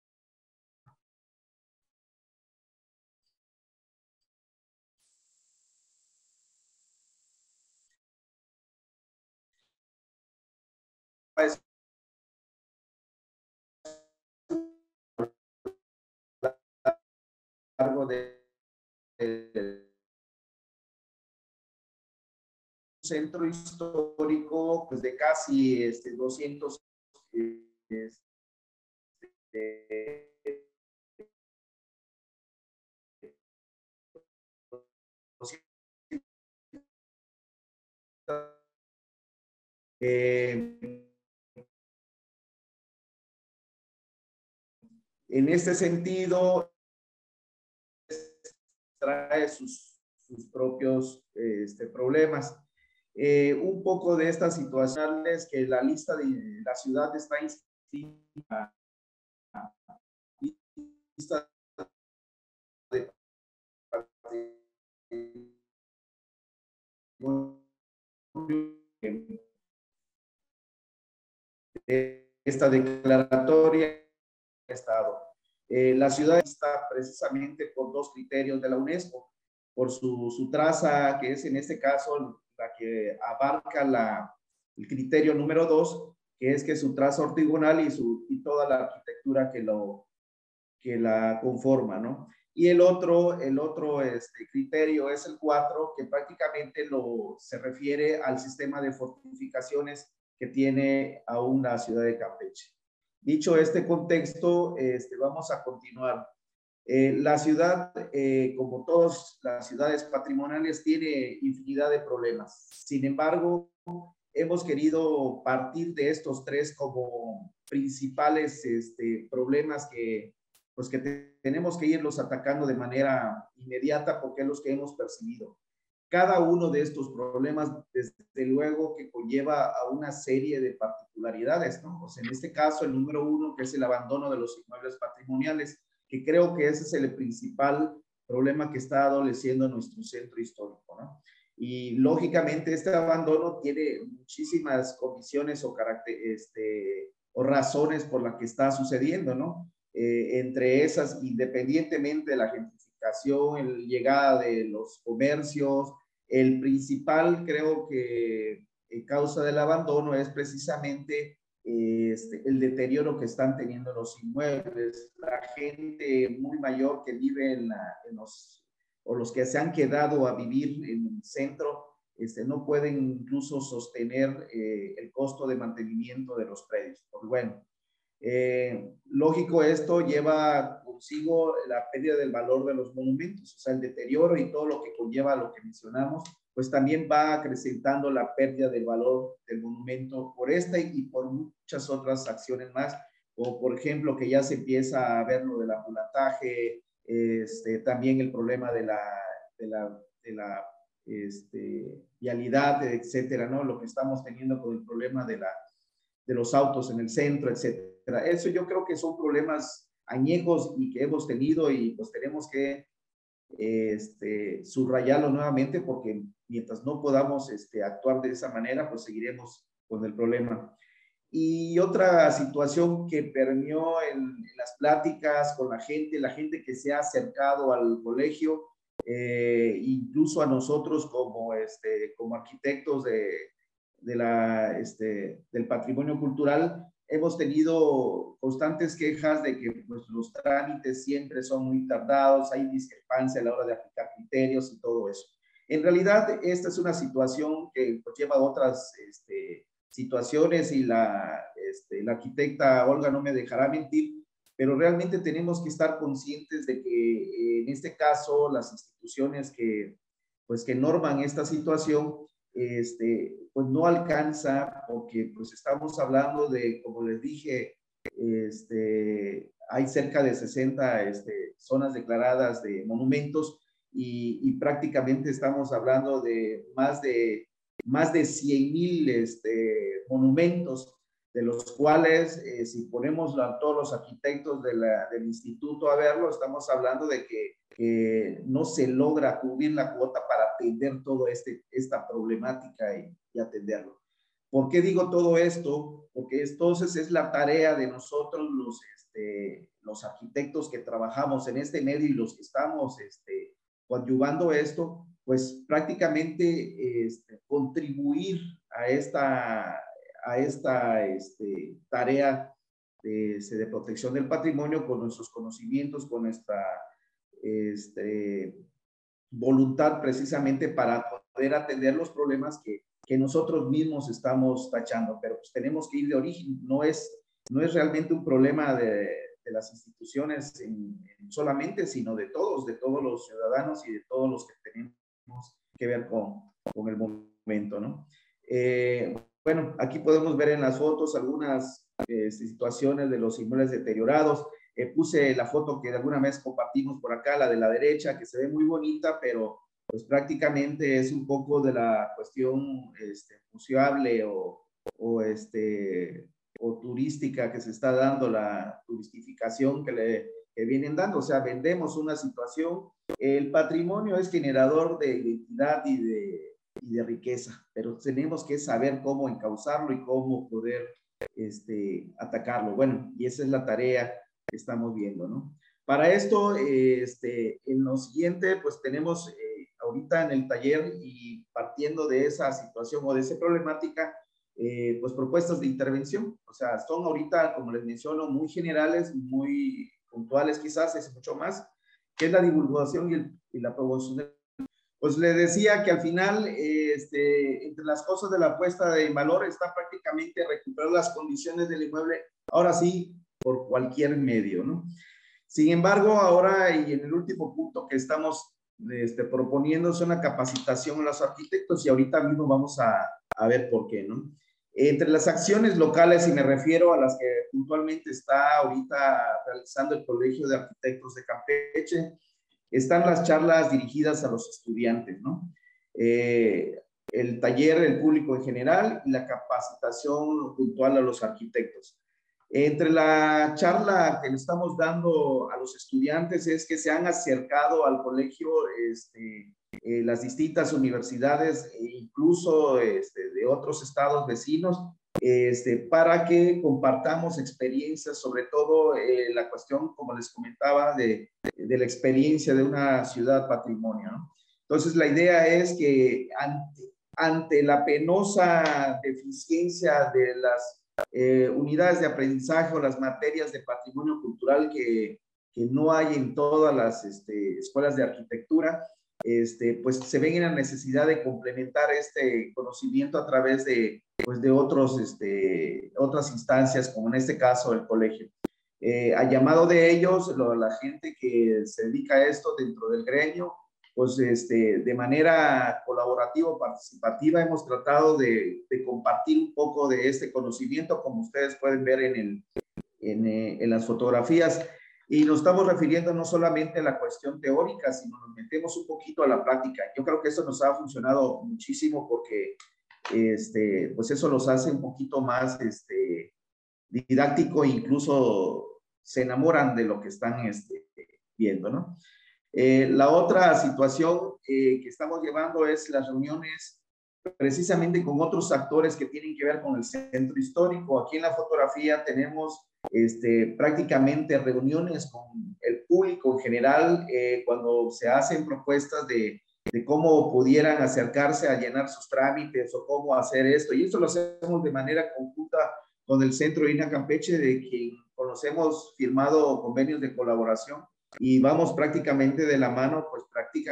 De centro histórico pues de casi 200 en este sentido trae sus propios problemas. Un poco de estas situaciones que la lista de la ciudad está inscrita lista de esta declaratoria de estado. La ciudad está precisamente por dos criterios de la UNESCO, por su traza, que es en este caso la que abarca el criterio número 2, que es que su traza ortogonal y toda la arquitectura que la conforma, ¿no? Y el otro criterio es el 4, que prácticamente se refiere al sistema de fortificaciones que tiene aún la ciudad de Campeche. Dicho este contexto, vamos a continuar. La ciudad, como todas las ciudades patrimoniales, tiene infinidad de problemas. Sin embargo, hemos querido partir de estos tres como principales problemas que tenemos que irlos atacando de manera inmediata porque es los que hemos percibido. Cada uno de estos problemas, desde luego, que conlleva a una serie de particularidades, ¿no? O sea, en este caso, el número 1, que es el abandono de los inmuebles patrimoniales, que creo que ese es el principal problema que está adoleciendo en nuestro centro histórico, ¿no? Y lógicamente este abandono tiene muchísimas condiciones o razones por las que está sucediendo, ¿no? Entre esas, independientemente de la gentrificación, la llegada de los comercios, el principal, creo que causa del abandono es precisamente el deterioro que están teniendo los inmuebles. La gente muy mayor que vive o los que se han quedado a vivir en el centro, no pueden incluso sostener el costo de mantenimiento de los predios. Pues bueno, lógico, esto lleva consigo la pérdida del valor de los monumentos, o sea, el deterioro y todo lo que conlleva lo que mencionamos, pues también va acrecentando la pérdida del valor del monumento por esta y por muchas otras acciones más, o por ejemplo que ya se empieza a ver lo del ambulataje, también el problema de la vialidad, etcétera, ¿no? Lo que estamos teniendo con el problema de los autos en el centro, etcétera. Eso yo creo que son problemas añejos y que hemos tenido y pues tenemos que subrayarlo nuevamente porque mientras no podamos actuar de esa manera, pues seguiremos con el problema. Y otra situación que permeó en las pláticas con la gente que se ha acercado al colegio, incluso a nosotros como arquitectos del patrimonio cultural, hemos tenido constantes quejas de que pues, los trámites siempre son muy tardados, hay discrepancia a la hora de aplicar criterios y todo eso. En realidad, esta es una situación que pues, lleva a otras situaciones y la arquitecta Olga no me dejará mentir, pero realmente tenemos que estar conscientes de que en este caso las instituciones que norman esta situación pues no alcanza porque pues estamos hablando de, como les dije, hay cerca de 60 zonas declaradas de monumentos y prácticamente estamos hablando de más de 100,000 monumentos, de los cuales si ponemos a todos los arquitectos del instituto a verlo, estamos hablando de que no se logra cubrir la cuota para atender toda esta problemática y atenderlo. ¿Por qué digo todo esto? Porque entonces es la tarea de nosotros los arquitectos que trabajamos en este medio y los que estamos coadyuvando esto, pues prácticamente contribuir a esta tarea de protección del patrimonio con nuestros conocimientos, con nuestra voluntad precisamente para poder atender los problemas que nosotros mismos estamos tachando, pero pues tenemos que ir de origen, no es realmente un problema de las instituciones solamente, sino de todos los ciudadanos y de todos los que tenemos que ver con el momento, ¿no? Bueno, aquí podemos ver en las fotos algunas situaciones de los inmuebles deteriorados. Puse la foto que de alguna vez compartimos por acá, la de la derecha, que se ve muy bonita, pero pues prácticamente es un poco de la cuestión museable o turística que se está dando, la turistificación que vienen dando. O sea, vendemos una situación. El patrimonio es generador de identidad y de riqueza, pero tenemos que saber cómo encauzarlo y cómo poder atacarlo. Bueno, y esa es la tarea que estamos viendo, ¿no? Para esto, en lo siguiente, pues tenemos ahorita en el taller y partiendo de esa situación o de esa problemática, pues propuestas de intervención. O sea, son ahorita, como les menciono, muy generales, muy puntuales quizás, es mucho más, que es la divulgación y la promoción de... Pues le decía que al final, entre las cosas de la puesta de valor está prácticamente recuperar las condiciones del inmueble, ahora sí, por cualquier medio, ¿no? Sin embargo, ahora y en el último punto que estamos proponiendo es una capacitación a los arquitectos y ahorita mismo vamos a ver por qué, ¿no? Entre las acciones locales, y me refiero a las que puntualmente está ahorita realizando el Colegio de Arquitectos de Campeche, están las charlas dirigidas a los estudiantes, ¿no? el taller, el público en general y la capacitación puntual a los arquitectos. Entre la charla que le estamos dando a los estudiantes es que se han acercado al colegio las distintas universidades e incluso de otros estados vecinos para que compartamos experiencias, sobre todo la cuestión, como les comentaba, de la experiencia de una ciudad patrimonio, ¿no? Entonces, la idea es que ante la penosa deficiencia de las unidades de aprendizaje o las materias de patrimonio cultural que no hay en todas las escuelas de arquitectura, pues se ven en la necesidad de complementar este conocimiento a través de otras instancias, como en este caso el colegio. A llamado de ellos, la gente que se dedica a esto dentro del gremio, pues de manera colaborativa, participativa, hemos tratado de compartir un poco de este conocimiento, como ustedes pueden ver en las fotografías. Y nos estamos refiriendo no solamente a la cuestión teórica, sino nos metemos un poquito a la práctica. Yo creo que eso nos ha funcionado muchísimo porque pues eso los hace un poquito más didáctico e incluso se enamoran de lo que están viendo, ¿no? La otra situación que estamos llevando es las reuniones precisamente con otros actores que tienen que ver con el centro histórico. Aquí en la fotografía tenemos prácticamente reuniones con el público en general cuando se hacen propuestas de cómo pudieran acercarse a llenar sus trámites o cómo hacer esto. Y esto lo hacemos de manera conjunta con el Centro INA Campeche, de quien conocemos firmado convenios de colaboración y vamos prácticamente de la mano, pues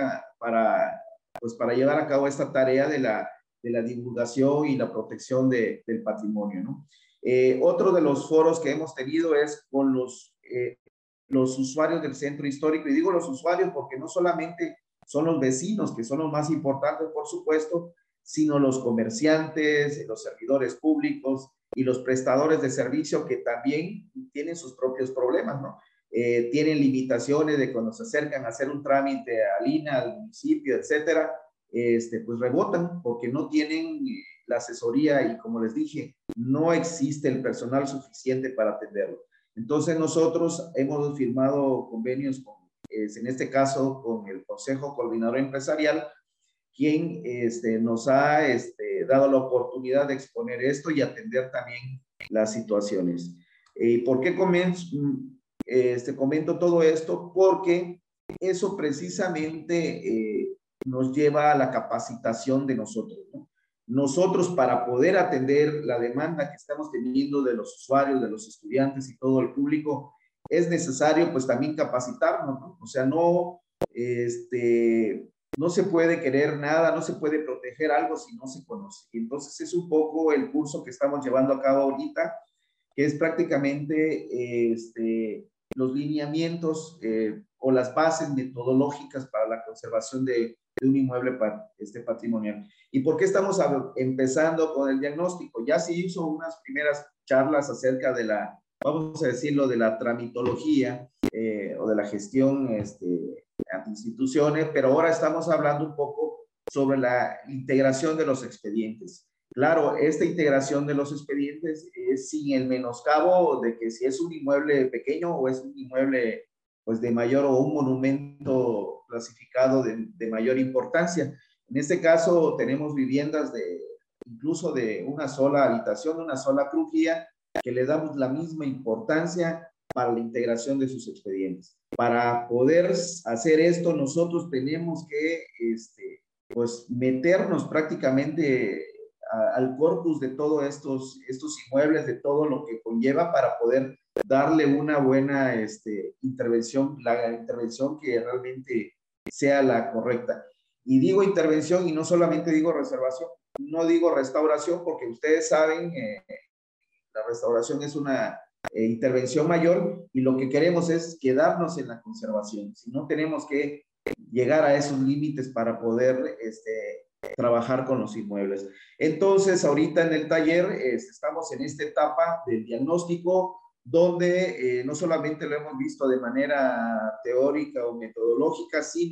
para llevar a cabo esta tarea de la divulgación y la protección del patrimonio, ¿no? Otro de los foros que hemos tenido es con los usuarios del centro histórico, y digo los usuarios porque no solamente son los vecinos, que son los más importantes, por supuesto, sino los comerciantes, los servidores públicos y los prestadores de servicio que también tienen sus propios problemas, ¿no? Tienen limitaciones de cuando se acercan a hacer un trámite al INA, al municipio, etcétera, pues rebotan porque no tienen la asesoría y, como les dije, no existe el personal suficiente para atenderlo. Entonces nosotros hemos firmado convenios en este caso con el Consejo Coordinador Empresarial, quien nos ha dado la oportunidad de exponer esto y atender también las situaciones. ¿Por qué comento todo esto? Porque eso precisamente nos lleva a la capacitación de nosotros, ¿no? Nosotros, para poder atender la demanda que estamos teniendo de los usuarios, de los estudiantes y todo el público, es necesario pues también capacitarnos, ¿no? O sea, no se puede querer nada, no se puede proteger algo si no se conoce. Y entonces es un poco el curso que estamos llevando a cabo ahorita, que es prácticamente los lineamientos o las bases metodológicas para la conservación de un inmueble patrimonial. ¿Y por qué estamos empezando con el diagnóstico? Ya se hizo unas primeras charlas acerca de vamos a decirlo, de la tramitología o de la gestión ante instituciones, pero ahora estamos hablando un poco sobre la integración de los expedientes. Claro, esta integración de los expedientes es sin el menoscabo de que si es un inmueble pequeño o es un inmueble pues de mayor o un monumento clasificado de mayor importancia. En este caso tenemos viviendas incluso de una sola habitación, una sola crujía, que le damos la misma importancia para la integración de sus expedientes. Para poder hacer esto, nosotros tenemos que pues meternos prácticamente al corpus de todos estos inmuebles, de todo lo que conlleva para poder darle una buena intervención, la intervención que realmente sea la correcta. Y digo intervención y no solamente digo reservación, no digo restauración, porque ustedes saben, la restauración es una intervención mayor y lo que queremos es quedarnos en la conservación. Si no, tenemos que llegar a esos límites para poder trabajar con los inmuebles. Entonces, ahorita en el taller estamos en esta etapa del diagnóstico, donde no solamente lo hemos visto de manera teórica o metodológica, sino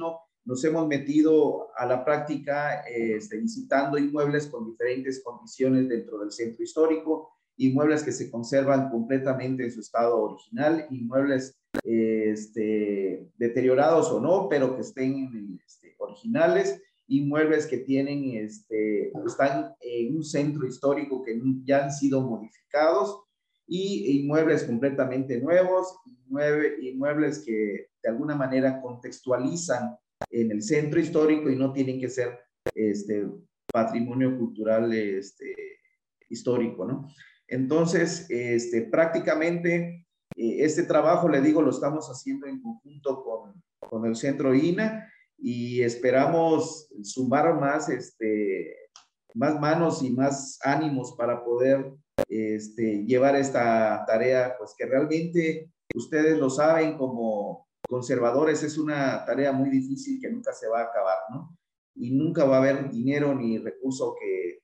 nos hemos metido a la práctica visitando inmuebles con diferentes condiciones dentro del centro histórico, inmuebles que se conservan completamente en su estado original, inmuebles deteriorados o no, pero que estén originales, inmuebles que tienen, están en un centro histórico que ya han sido modificados, y inmuebles completamente nuevos, inmuebles que de alguna manera contextualizan en el centro histórico y no tienen que ser patrimonio cultural histórico, ¿no? Entonces, prácticamente este trabajo, le digo, lo estamos haciendo en conjunto con el Centro INA, y esperamos sumar más, más manos y más ánimos para poder llevar esta tarea, pues que realmente ustedes lo saben, como conservadores es una tarea muy difícil que nunca se va a acabar, ¿no? Y nunca va a haber dinero ni recurso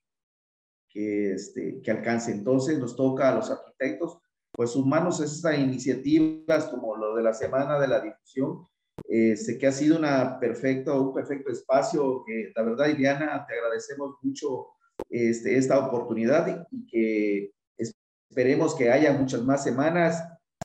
que alcance. Entonces nos toca a los arquitectos pues sumarnos a estas iniciativas como lo de la Semana de la Difusión. Sé que ha sido un perfecto espacio, que la verdad, Iliana, te agradecemos mucho esta oportunidad, y que esperemos que haya muchas más semanas.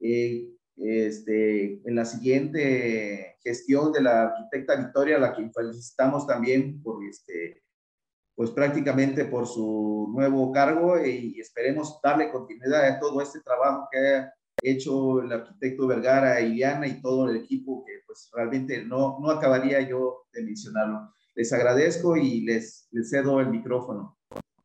En la siguiente gestión de la arquitecta Victoria, a la que felicitamos también por pues prácticamente por su nuevo cargo, y esperemos darle continuidad a todo este trabajo que ha hecho el arquitecto Vergara, Iliana y todo el equipo, que pues realmente no acabaría yo de mencionarlo. Les agradezco y les cedo el micrófono.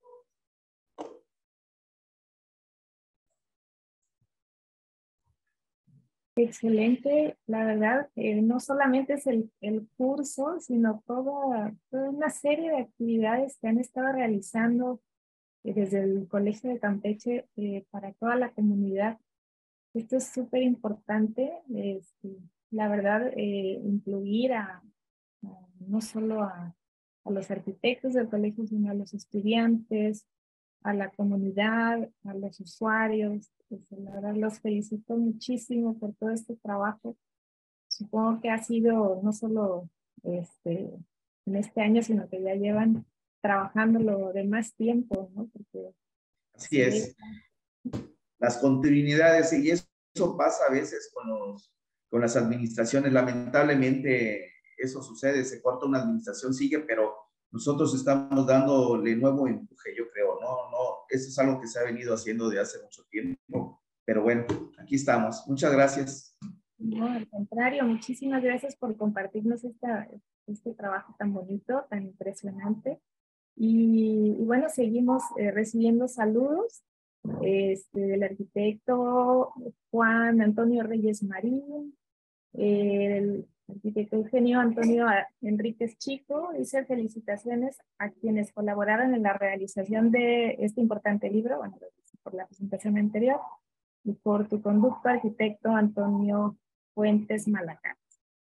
Excelente, la verdad, no solamente es el curso, sino toda una serie de actividades que han estado realizando desde el Colegio de Campeche para toda la comunidad. Esto es súper importante, la verdad, incluir no solo a los arquitectos del colegio, sino a los estudiantes, a la comunidad, a los usuarios. Pues, la verdad, los felicito muchísimo por todo este trabajo. Supongo que ha sido no solo en este año, sino que ya llevan trabajándolo de más tiempo, ¿no? Porque así es. Las continuidades, y eso pasa a veces con las administraciones. Lamentablemente eso sucede, se corta una administración, sigue, pero nosotros estamos dándole nuevo empuje, yo creo, no, eso es algo que se ha venido haciendo de hace mucho tiempo, pero bueno, aquí estamos. Muchas gracias. No, al contrario, muchísimas gracias por compartirnos este trabajo tan bonito, tan impresionante. Y bueno, seguimos recibiendo saludos del arquitecto Juan Antonio Reyes Marín, el arquitecto Eugenio Antonio Enríquez Chico. Dice: felicitaciones a quienes colaboraron en la realización de este importante libro, bueno, por la presentación anterior, y por tu conducto, arquitecto Antonio Fuentes Malacán.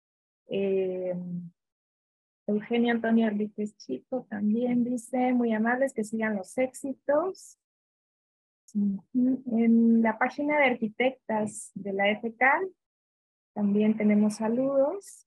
Eugenio Antonio Enríquez Chico también dice: muy amables, que sigan los éxitos. En la página de arquitectas de la FK también tenemos saludos.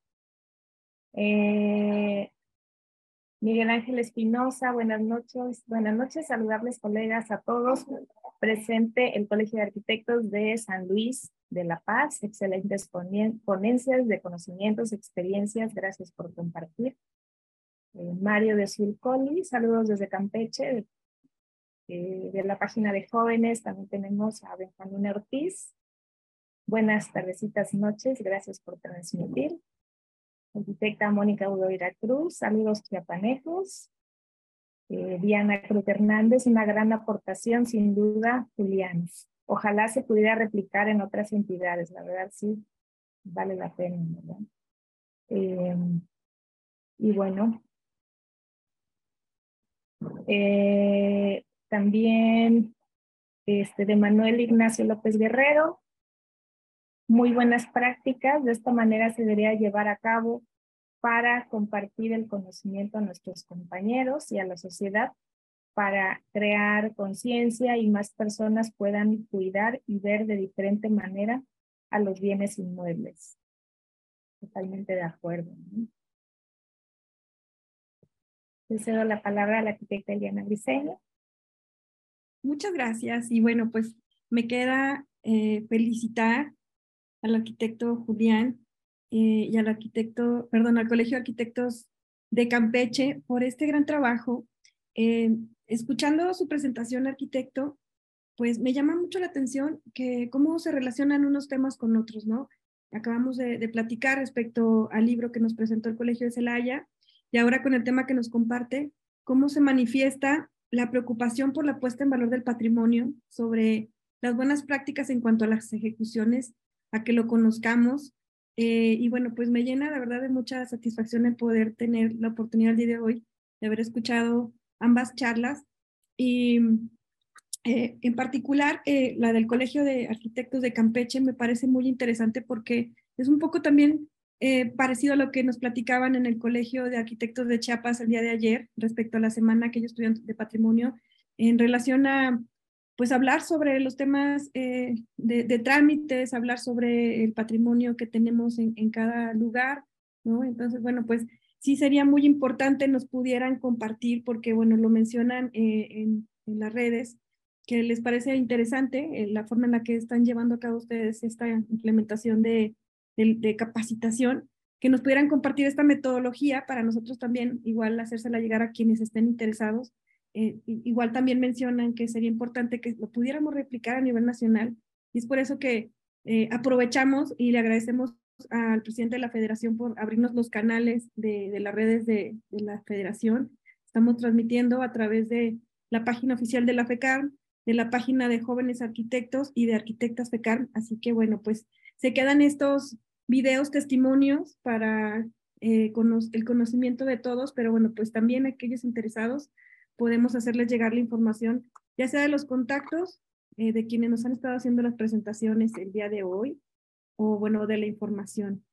Miguel Ángel Espinosa, buenas noches, saludarles colegas a todos. Presente el Colegio de Arquitectos de San Luis de La Paz, excelentes ponencias de conocimientos, experiencias, gracias por compartir. Mario de Sulcoli, saludos desde Campeche, de la página de jóvenes. También tenemos a Benjamín Ortiz. Buenas tardecitas, noches, gracias por transmitir. Arquitecta Mónica Udoira Cruz, saludos chiapanecos. Diana Cruz Hernández, una gran aportación, sin duda, Julián. Ojalá se pudiera replicar en otras entidades, la verdad sí, vale la pena, ¿verdad? Y bueno, también de Manuel Ignacio López Guerrero. Muy buenas prácticas, de esta manera se debería llevar a cabo para compartir el conocimiento a nuestros compañeros y a la sociedad, para crear conciencia y más personas puedan cuidar y ver de diferente manera a los bienes inmuebles. Totalmente de acuerdo, ¿no? Le cedo la palabra a la arquitecta Eliana Briceño. Muchas gracias. Y bueno, pues me queda felicitar al arquitecto Julián y al al Colegio de Arquitectos de Campeche por este gran trabajo. Escuchando su presentación, arquitecto, pues me llama mucho la atención que cómo se relacionan unos temas con otros, ¿no? Acabamos de platicar respecto al libro que nos presentó el Colegio de Celaya y ahora con el tema que nos comparte, cómo se manifiesta la preocupación por la puesta en valor del patrimonio, sobre las buenas prácticas en cuanto a las ejecuciones, a que lo conozcamos. Y bueno, pues me llena la verdad de mucha satisfacción el poder tener la oportunidad el día de hoy de haber escuchado ambas charlas y en particular la del Colegio de Arquitectos de Campeche me parece muy interesante porque es un poco también parecido a lo que nos platicaban en el Colegio de Arquitectos de Chiapas el día de ayer respecto a la semana que ellos tuvieron de patrimonio en relación a pues hablar sobre los temas de trámites, hablar sobre el patrimonio que tenemos en cada lugar, ¿no? Entonces, bueno, pues sí sería muy importante nos pudieran compartir porque, bueno, lo mencionan en las redes, que les parece interesante la forma en la que están llevando a cabo ustedes esta implementación de capacitación, que nos pudieran compartir esta metodología para nosotros también igual hacérsela llegar a quienes estén interesados. Igual también mencionan que sería importante que lo pudiéramos replicar a nivel nacional y es por eso que aprovechamos y le agradecemos al presidente de la federación por abrirnos los canales de las redes de la federación. Estamos transmitiendo a través de la página oficial de la FECARM, de la página de Jóvenes Arquitectos y de Arquitectas FECARM. Así que bueno, pues se quedan estos videos, testimonios para el conocimiento de todos, pero bueno, pues también aquellos interesados podemos hacerles llegar la información, ya sea de los contactos de quienes nos han estado haciendo las presentaciones el día de hoy, o bueno, de la información.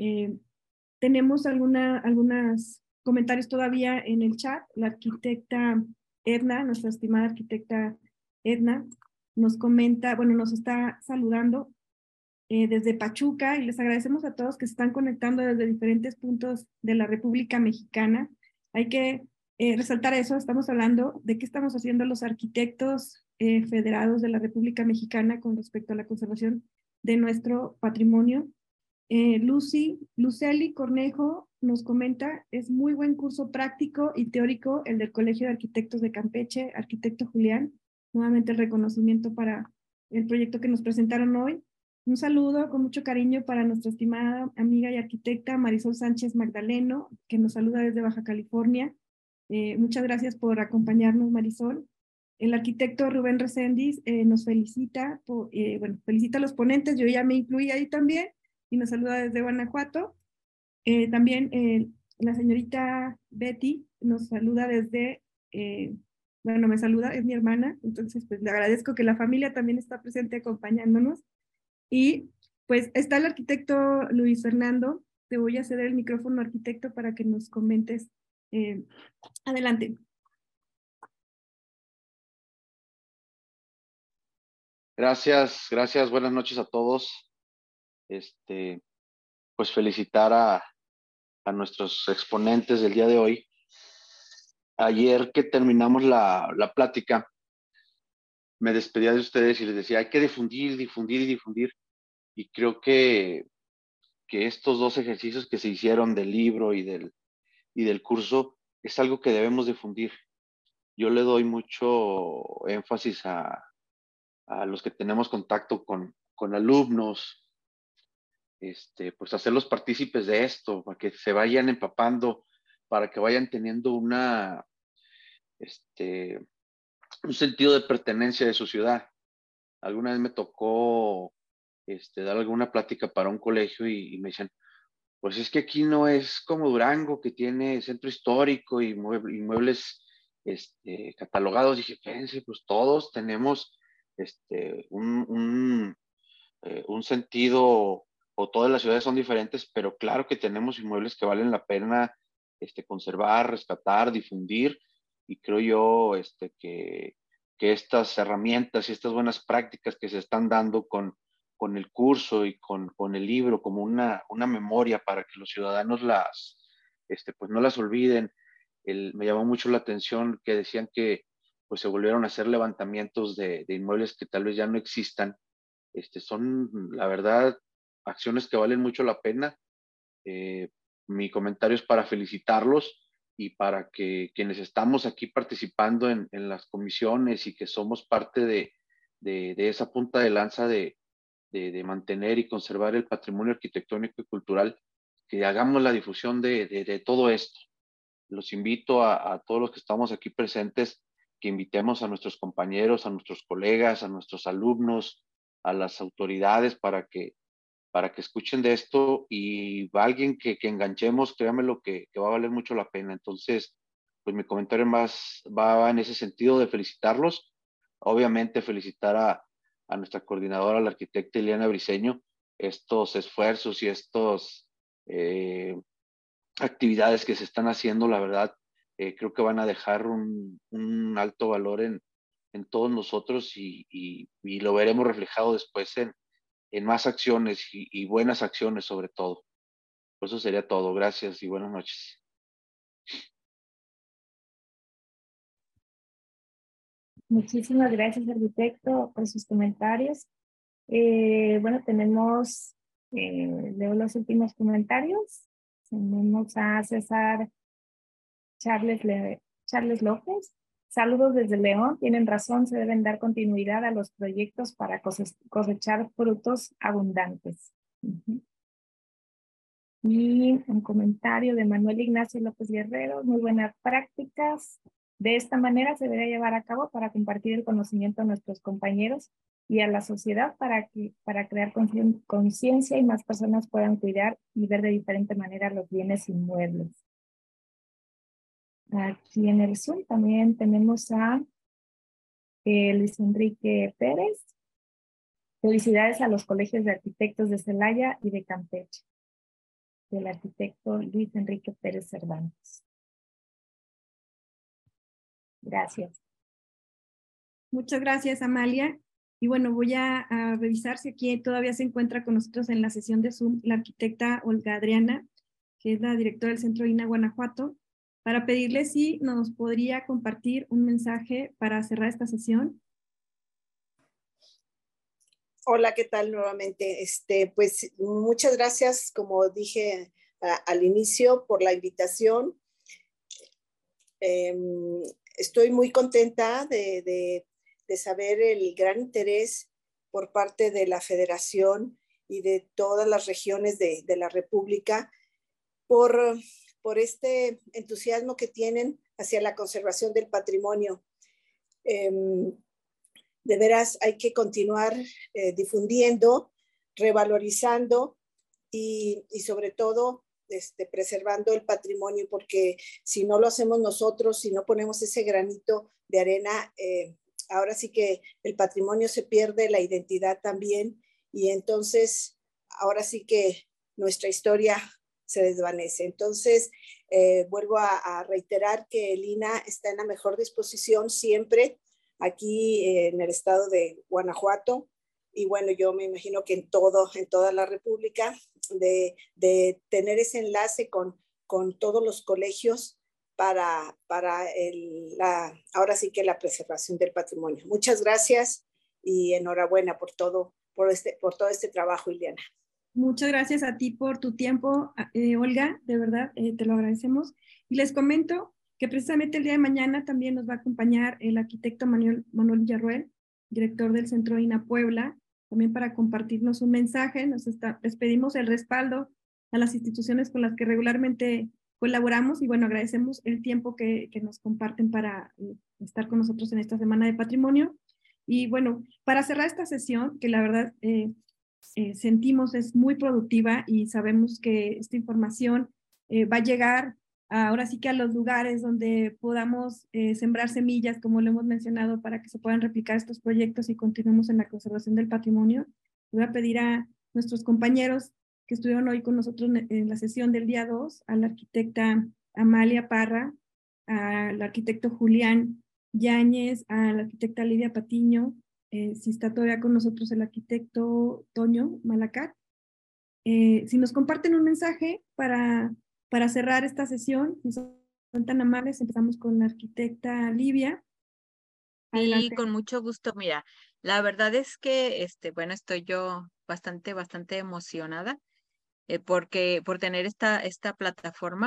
Tenemos algunos comentarios todavía en el chat. La arquitecta Edna, nuestra estimada arquitecta Edna, nos comenta, bueno, nos está saludando desde Pachuca y les agradecemos a todos que se están conectando desde diferentes puntos de la República Mexicana. Hay que resaltar eso, estamos hablando de qué estamos haciendo los arquitectos federados de la República Mexicana con respecto a la conservación de nuestro patrimonio. Luceli Cornejo nos comenta, es muy buen curso práctico y teórico el del Colegio de Arquitectos de Campeche, arquitecto Julián. Nuevamente el reconocimiento para el proyecto que nos presentaron hoy. Un saludo con mucho cariño para nuestra estimada amiga y arquitecta Marisol Sánchez Magdaleno, que nos saluda desde Baja California. Muchas gracias por acompañarnos, Marisol. El arquitecto Rubén Reséndiz nos felicita, felicita a los ponentes, yo ya me incluí ahí también, y nos saluda desde Guanajuato. También la señorita Betty nos saluda desde, me saluda, es mi hermana, entonces pues le agradezco que la familia también está presente acompañándonos. Y pues está el arquitecto Luis Fernando, te voy a ceder el micrófono, arquitecto, para que nos comentes. Adelante. Gracias, buenas noches a todos. Pues felicitar a nuestros exponentes del día de hoy. Ayer que terminamos la plática, me despedía de ustedes y les decía, hay que difundir. Y creo que estos dos ejercicios que se hicieron del libro y del curso es algo que debemos difundir. Yo le doy mucho énfasis a los que tenemos contacto con alumnos, pues hacerlos partícipes de esto, para que se vayan empapando, para que vayan teniendo un sentido de pertenencia de su ciudad. Alguna vez me tocó dar alguna plática para un colegio y me dicen, pues es que aquí no es como Durango, que tiene centro histórico y inmuebles catalogados. Dije, fíjense, pues todos tenemos un sentido, o todas las ciudades son diferentes, pero claro que tenemos inmuebles que valen la pena conservar, rescatar, difundir, y creo yo que estas herramientas y estas buenas prácticas que se están dando con el curso y con el libro como una memoria para que los ciudadanos pues no las olviden, Me llamó mucho la atención que decían que pues se volvieron a hacer levantamientos de inmuebles que tal vez ya no existan. Son, la verdad, acciones que valen mucho la pena. Mi comentario es para felicitarlos y para que quienes estamos aquí participando en las comisiones y que somos parte de esa punta de lanza de mantener y conservar el patrimonio arquitectónico y cultural, que hagamos la difusión de todo esto. Los invito a todos los que estamos aquí presentes, que invitemos a nuestros compañeros, a nuestros colegas, a nuestros alumnos, a las autoridades para que escuchen de esto, y va alguien que enganchemos, créanme lo que va a valer mucho la pena. Entonces, pues mi comentario más va en ese sentido de felicitarlos. Obviamente felicitar a nuestra coordinadora, la arquitecta Ileana Briceño, estos esfuerzos y estos actividades que se están haciendo, la verdad, creo que van a dejar un alto valor en todos nosotros, y lo veremos reflejado después en más acciones y buenas acciones sobre todo. Por eso sería todo. Gracias y buenas noches. Muchísimas gracias, arquitecto, por sus comentarios. Bueno, tenemos, leo los últimos comentarios. Tenemos a César Charles López. Saludos desde León. Tienen razón, se deben dar continuidad a los proyectos para cosechar frutos abundantes. Y un comentario de Manuel Ignacio López Guerrero. Muy buenas prácticas. De esta manera se debería llevar a cabo para compartir el conocimiento a nuestros compañeros y a la sociedad para crear conciencia y más personas puedan cuidar y ver de diferente manera los bienes inmuebles. Aquí en el Zoom también tenemos a Luis Enrique Pérez. Felicidades a los colegios de arquitectos de Celaya y de Campeche. Del arquitecto Luis Enrique Pérez Cervantes. Gracias. Muchas gracias, Amalia. Y bueno, voy a revisar si aquí todavía se encuentra con nosotros en la sesión de Zoom la arquitecta Olga Adriana, que es la directora del Centro INA Guanajuato, para pedirle si nos podría compartir un mensaje para cerrar esta sesión. Hola, ¿qué tal nuevamente? Pues muchas gracias, como dije al inicio, por la invitación. Estoy muy contenta de saber el gran interés por parte de la Federación y de todas las regiones de la República por este entusiasmo que tienen hacia la conservación del patrimonio. De veras hay que continuar difundiendo, revalorizando y sobre todo preservando el patrimonio, porque si no lo hacemos nosotros, si no ponemos ese granito de arena, ahora sí que el patrimonio se pierde, la identidad también, y entonces ahora sí que nuestra historia se desvanece. Entonces, vuelvo a reiterar que el INA está en la mejor disposición siempre aquí en el estado de Guanajuato, y bueno, yo me imagino que en toda la República, de tener ese enlace con todos los colegios para ahora sí que la preservación del patrimonio. Muchas gracias y enhorabuena por todo este trabajo, Ileana. Muchas gracias a ti por tu tiempo, Olga, de verdad, te lo agradecemos. Y les comento que precisamente el día de mañana también nos va a acompañar el arquitecto Manuel Villarruel, director del Centro INA Puebla, también para compartirnos un mensaje. Les pedimos el respaldo a las instituciones con las que regularmente colaboramos, y bueno, agradecemos el tiempo que nos comparten para estar con nosotros en esta Semana de Patrimonio. Y bueno, para cerrar esta sesión, que la verdad sentimos es muy productiva y sabemos que esta información va a llegar ahora sí que a los lugares donde podamos sembrar semillas, como lo hemos mencionado, para que se puedan replicar estos proyectos y continuemos en la conservación del patrimonio. Voy a pedir a nuestros compañeros que estuvieron hoy con nosotros en la sesión del día 2, a la arquitecta Amalia Parra, al arquitecto Julián Yáñez, a la arquitecta Lidia Patiño, si está todavía con nosotros el arquitecto Toño Malacat, si nos comparten un mensaje para cerrar esta sesión, si son Son tan amables, empezamos con la arquitecta Livia. Sí, con mucho gusto. Mira, la verdad es que, bueno, estoy yo bastante emocionada porque por tener esta plataforma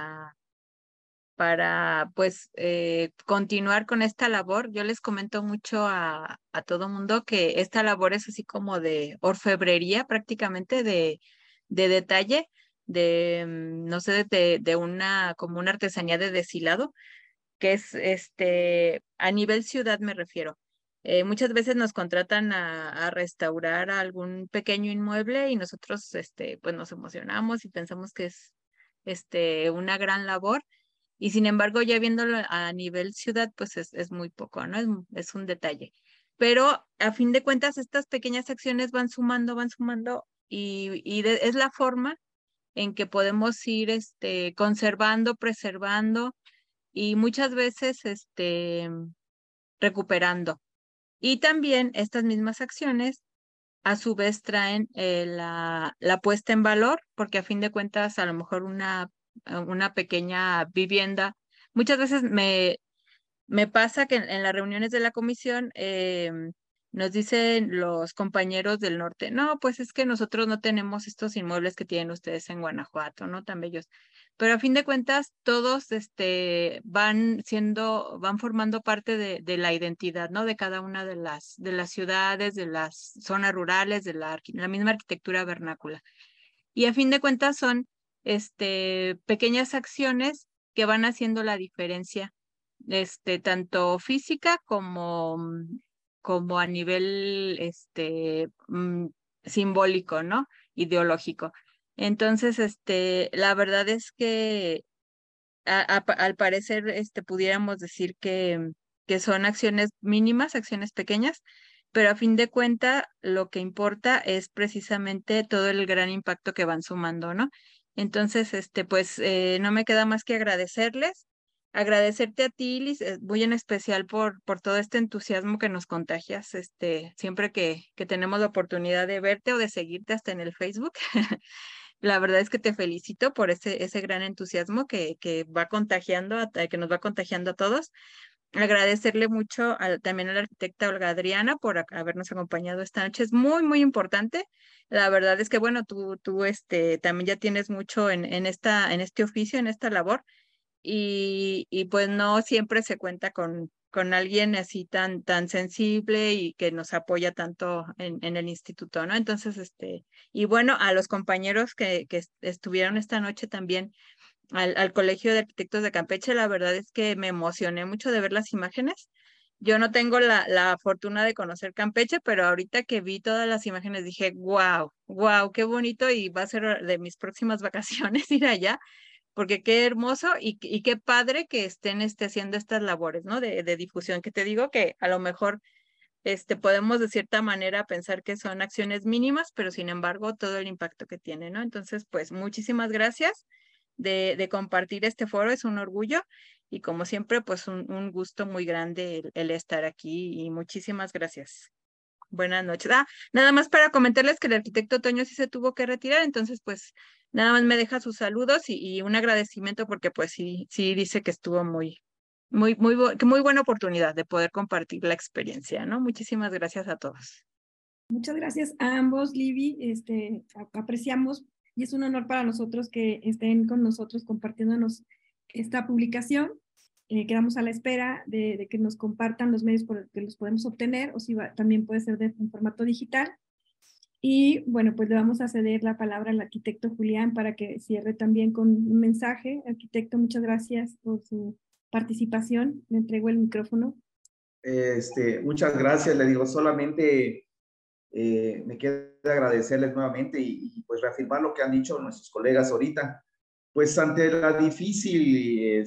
para pues continuar con esta labor. Yo les comento mucho a todo mundo que esta labor es así como de orfebrería prácticamente, de detalle, no sé, de como una artesanía de deshilado, que es a nivel ciudad me refiero. Muchas veces nos contratan a restaurar algún pequeño inmueble y nosotros pues nos emocionamos y pensamos que es una gran labor. Y sin embargo, ya viéndolo a nivel ciudad, pues es muy poco, ¿no? Es un detalle. Pero a fin de cuentas, estas pequeñas acciones van sumando y es la forma en que podemos ir conservando, preservando y muchas veces recuperando. Y también estas mismas acciones a su vez traen la puesta en valor, porque a fin de cuentas a lo mejor una pequeña vivienda, muchas veces me pasa que en las reuniones de la comisión nos dicen los compañeros del norte, no, pues es que nosotros no tenemos estos inmuebles que tienen ustedes en Guanajuato, ¿no? Tan bellos. Pero a fin de cuentas, todos van formando parte de la identidad, ¿no? De cada una de las ciudades, de las zonas rurales, de la misma arquitectura vernácula. Y a fin de cuentas son pequeñas acciones que van haciendo la diferencia, tanto física como a nivel simbólico, ¿no? Ideológico. Entonces, la verdad es que al parecer, pudiéramos decir que son acciones mínimas, acciones pequeñas, pero a fin de cuentas lo que importa es precisamente todo el gran impacto que van sumando, ¿no? Entonces, pues no me queda más que agradecerles, agradecerte a ti, Liz, muy en especial por todo este entusiasmo que nos contagias, siempre que tenemos la oportunidad de verte o de seguirte hasta en el Facebook. La verdad es que te felicito por ese gran entusiasmo que va contagiando, que nos va contagiando a todos. Agradecerle mucho también a la arquitecta Olga Adriana por habernos acompañado esta noche. Es muy importante. La verdad es que, bueno, tú también ya tienes mucho en este oficio, en esta labor, y pues no siempre se cuenta con alguien así tan sensible y que nos apoya tanto en el instituto, ¿no? Entonces, y bueno, a los compañeros que estuvieron esta noche también al Colegio de Arquitectos de Campeche, la verdad es que me emocioné mucho de ver las imágenes. Yo no tengo la fortuna de conocer Campeche, pero ahorita que vi todas las imágenes dije, wow, qué bonito, y va a ser de mis próximas vacaciones ir allá, porque qué hermoso y qué padre que estén haciendo estas labores, ¿no? De difusión, que te digo que a lo mejor podemos de cierta manera pensar que son acciones mínimas, pero sin embargo todo el impacto que tiene, ¿no? Entonces, pues muchísimas gracias de compartir este foro, es un orgullo y como siempre, pues un gusto muy grande el estar aquí y muchísimas gracias. Buenas noches. Nada más para comentarles que el arquitecto Toño sí se tuvo que retirar, entonces pues nada más me deja sus saludos y un agradecimiento porque pues sí dice que estuvo muy buena oportunidad de poder compartir la experiencia, ¿no? Muchísimas gracias a todos. Muchas gracias a ambos, Libby. Apreciamos y es un honor para nosotros que estén con nosotros compartiéndonos esta publicación. Quedamos a la espera de que nos compartan los medios por los que los podemos obtener, o si también puede ser en formato digital. Y bueno, pues le vamos a ceder la palabra al arquitecto Julián para que cierre también con un mensaje. Arquitecto, muchas gracias por su participación. Le entrego el micrófono. Muchas gracias. Le digo, solamente me queda agradecerles nuevamente y pues reafirmar lo que han dicho nuestros colegas ahorita. Pues ante la difícil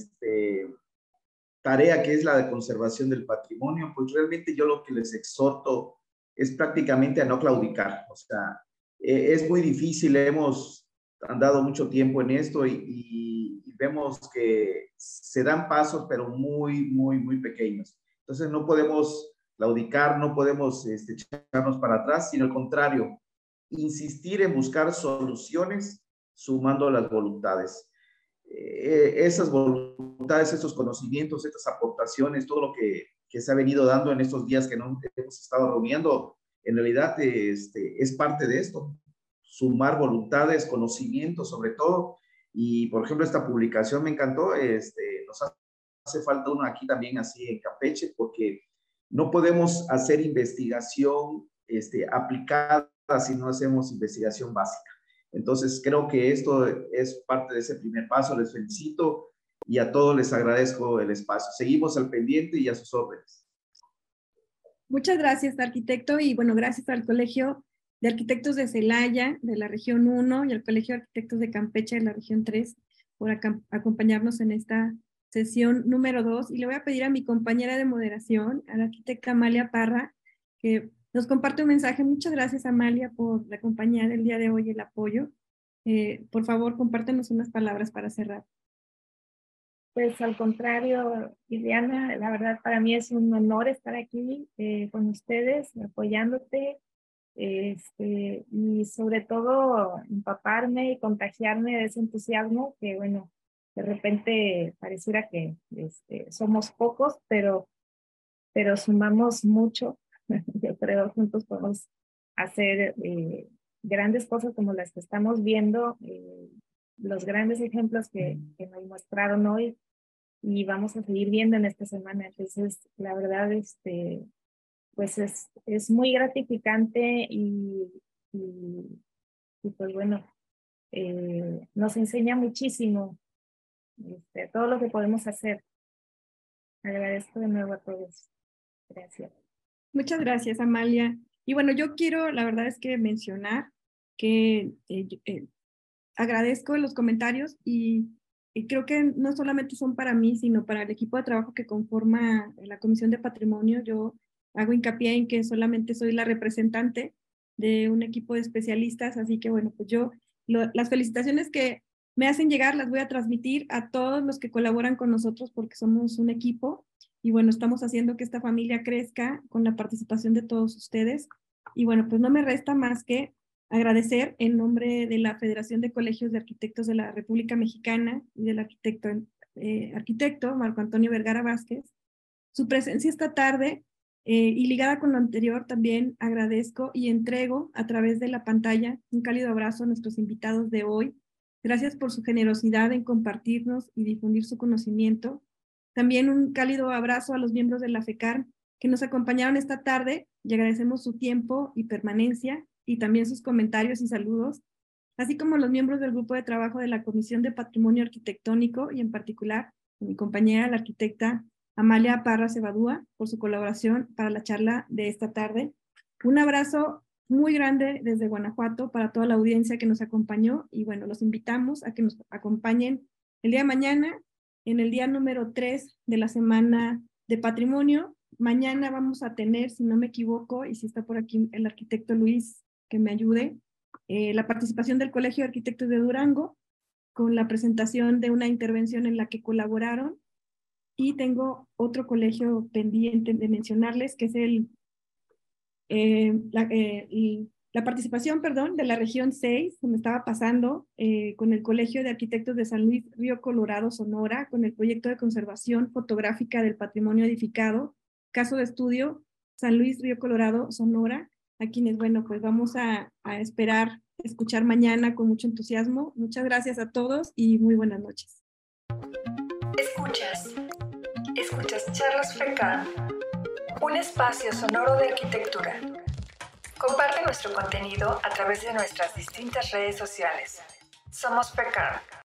tarea que es la de conservación del patrimonio, pues realmente yo lo que les exhorto es prácticamente a no claudicar. O sea, es muy difícil, hemos andado mucho tiempo en esto y vemos que se dan pasos, pero muy pequeños. Entonces no podemos claudicar, no podemos echarnos para atrás, sino al contrario, insistir en buscar soluciones sumando las voluntades. esas voluntades, estos conocimientos, estas aportaciones, todo lo que se ha venido dando en estos días que nos hemos estado reuniendo, en realidad es parte de esto, sumar voluntades, conocimientos sobre todo, y por ejemplo esta publicación me encantó, nos hace falta uno aquí también así en Campeche, porque no podemos hacer investigación aplicada si no hacemos investigación básica. Entonces creo que esto es parte de ese primer paso, les felicito y a todos les agradezco el espacio. Seguimos al pendiente y a sus órdenes. Muchas gracias, arquitecto, y bueno, gracias al Colegio de Arquitectos de Celaya, de la región 1, y al Colegio de Arquitectos de Campeche, de la región 3, por acompañarnos en esta sesión número 2. Y le voy a pedir a mi compañera de moderación, a la arquitecta Amalia Parra, que nos comparte un mensaje. Muchas gracias, Amalia, por acompañar el día de hoy, el apoyo. Por favor, compártenos unas palabras para cerrar. Pues al contrario, Liliana, la verdad para mí es un honor estar aquí con ustedes, apoyándote, y sobre todo empaparme y contagiarme de ese entusiasmo que, bueno, de repente pareciera que somos pocos, pero sumamos mucho. Yo creo que juntos podemos hacer grandes cosas como las que estamos viendo, los grandes ejemplos que nos mostraron hoy, y vamos a seguir viendo en esta semana. Entonces, la verdad, pues es muy gratificante y pues bueno, nos enseña muchísimo todo lo que podemos hacer. Agradezco de nuevo a todos. Gracias. Muchas gracias, Amalia. Y bueno, yo quiero, la verdad es que mencionar que agradezco los comentarios y creo que no solamente son para mí, sino para el equipo de trabajo que conforma la Comisión de Patrimonio. Yo hago hincapié en que solamente soy la representante de un equipo de especialistas, así que bueno, pues yo las felicitaciones que me hacen llegar las voy a transmitir a todos los que colaboran con nosotros, porque somos un equipo y bueno, estamos haciendo que esta familia crezca con la participación de todos ustedes. Y bueno, pues no me resta más que agradecer en nombre de la Federación de Colegios de Arquitectos de la República Mexicana y del arquitecto Marco Antonio Vergara Vázquez su presencia esta tarde, y ligada con lo anterior también agradezco y entrego a través de la pantalla un cálido abrazo a nuestros invitados de hoy. Gracias por su generosidad en compartirnos y difundir su conocimiento. También un cálido abrazo a los miembros de la FECAR que nos acompañaron esta tarde y agradecemos su tiempo y permanencia y también sus comentarios y saludos, así como los miembros del grupo de trabajo de la Comisión de Patrimonio Arquitectónico y en particular a mi compañera, la arquitecta Amalia Parra Cebadúa, por su colaboración para la charla de esta tarde. Un abrazo muy grande desde Guanajuato para toda la audiencia que nos acompañó y bueno, los invitamos a que nos acompañen el día de mañana en el día número 3 de la Semana de Patrimonio. Mañana vamos a tener, si no me equivoco, y si está por aquí el arquitecto Luis, que me ayude, la participación del Colegio de Arquitectos de Durango con la presentación de una intervención en la que colaboraron. Y tengo otro colegio pendiente de mencionarles, que es la participación, de la región 6, que me estaba pasando, con el Colegio de Arquitectos de San Luis Río Colorado, Sonora, con el proyecto de conservación fotográfica del patrimonio edificado, caso de estudio, San Luis Río Colorado, Sonora, a quienes, bueno, pues vamos a esperar escuchar mañana con mucho entusiasmo. Muchas gracias a todos y muy buenas noches. Escuchas Charlas FECAR, un espacio sonoro de arquitectura. Comparte nuestro contenido a través de nuestras distintas redes sociales. Somos FECAR.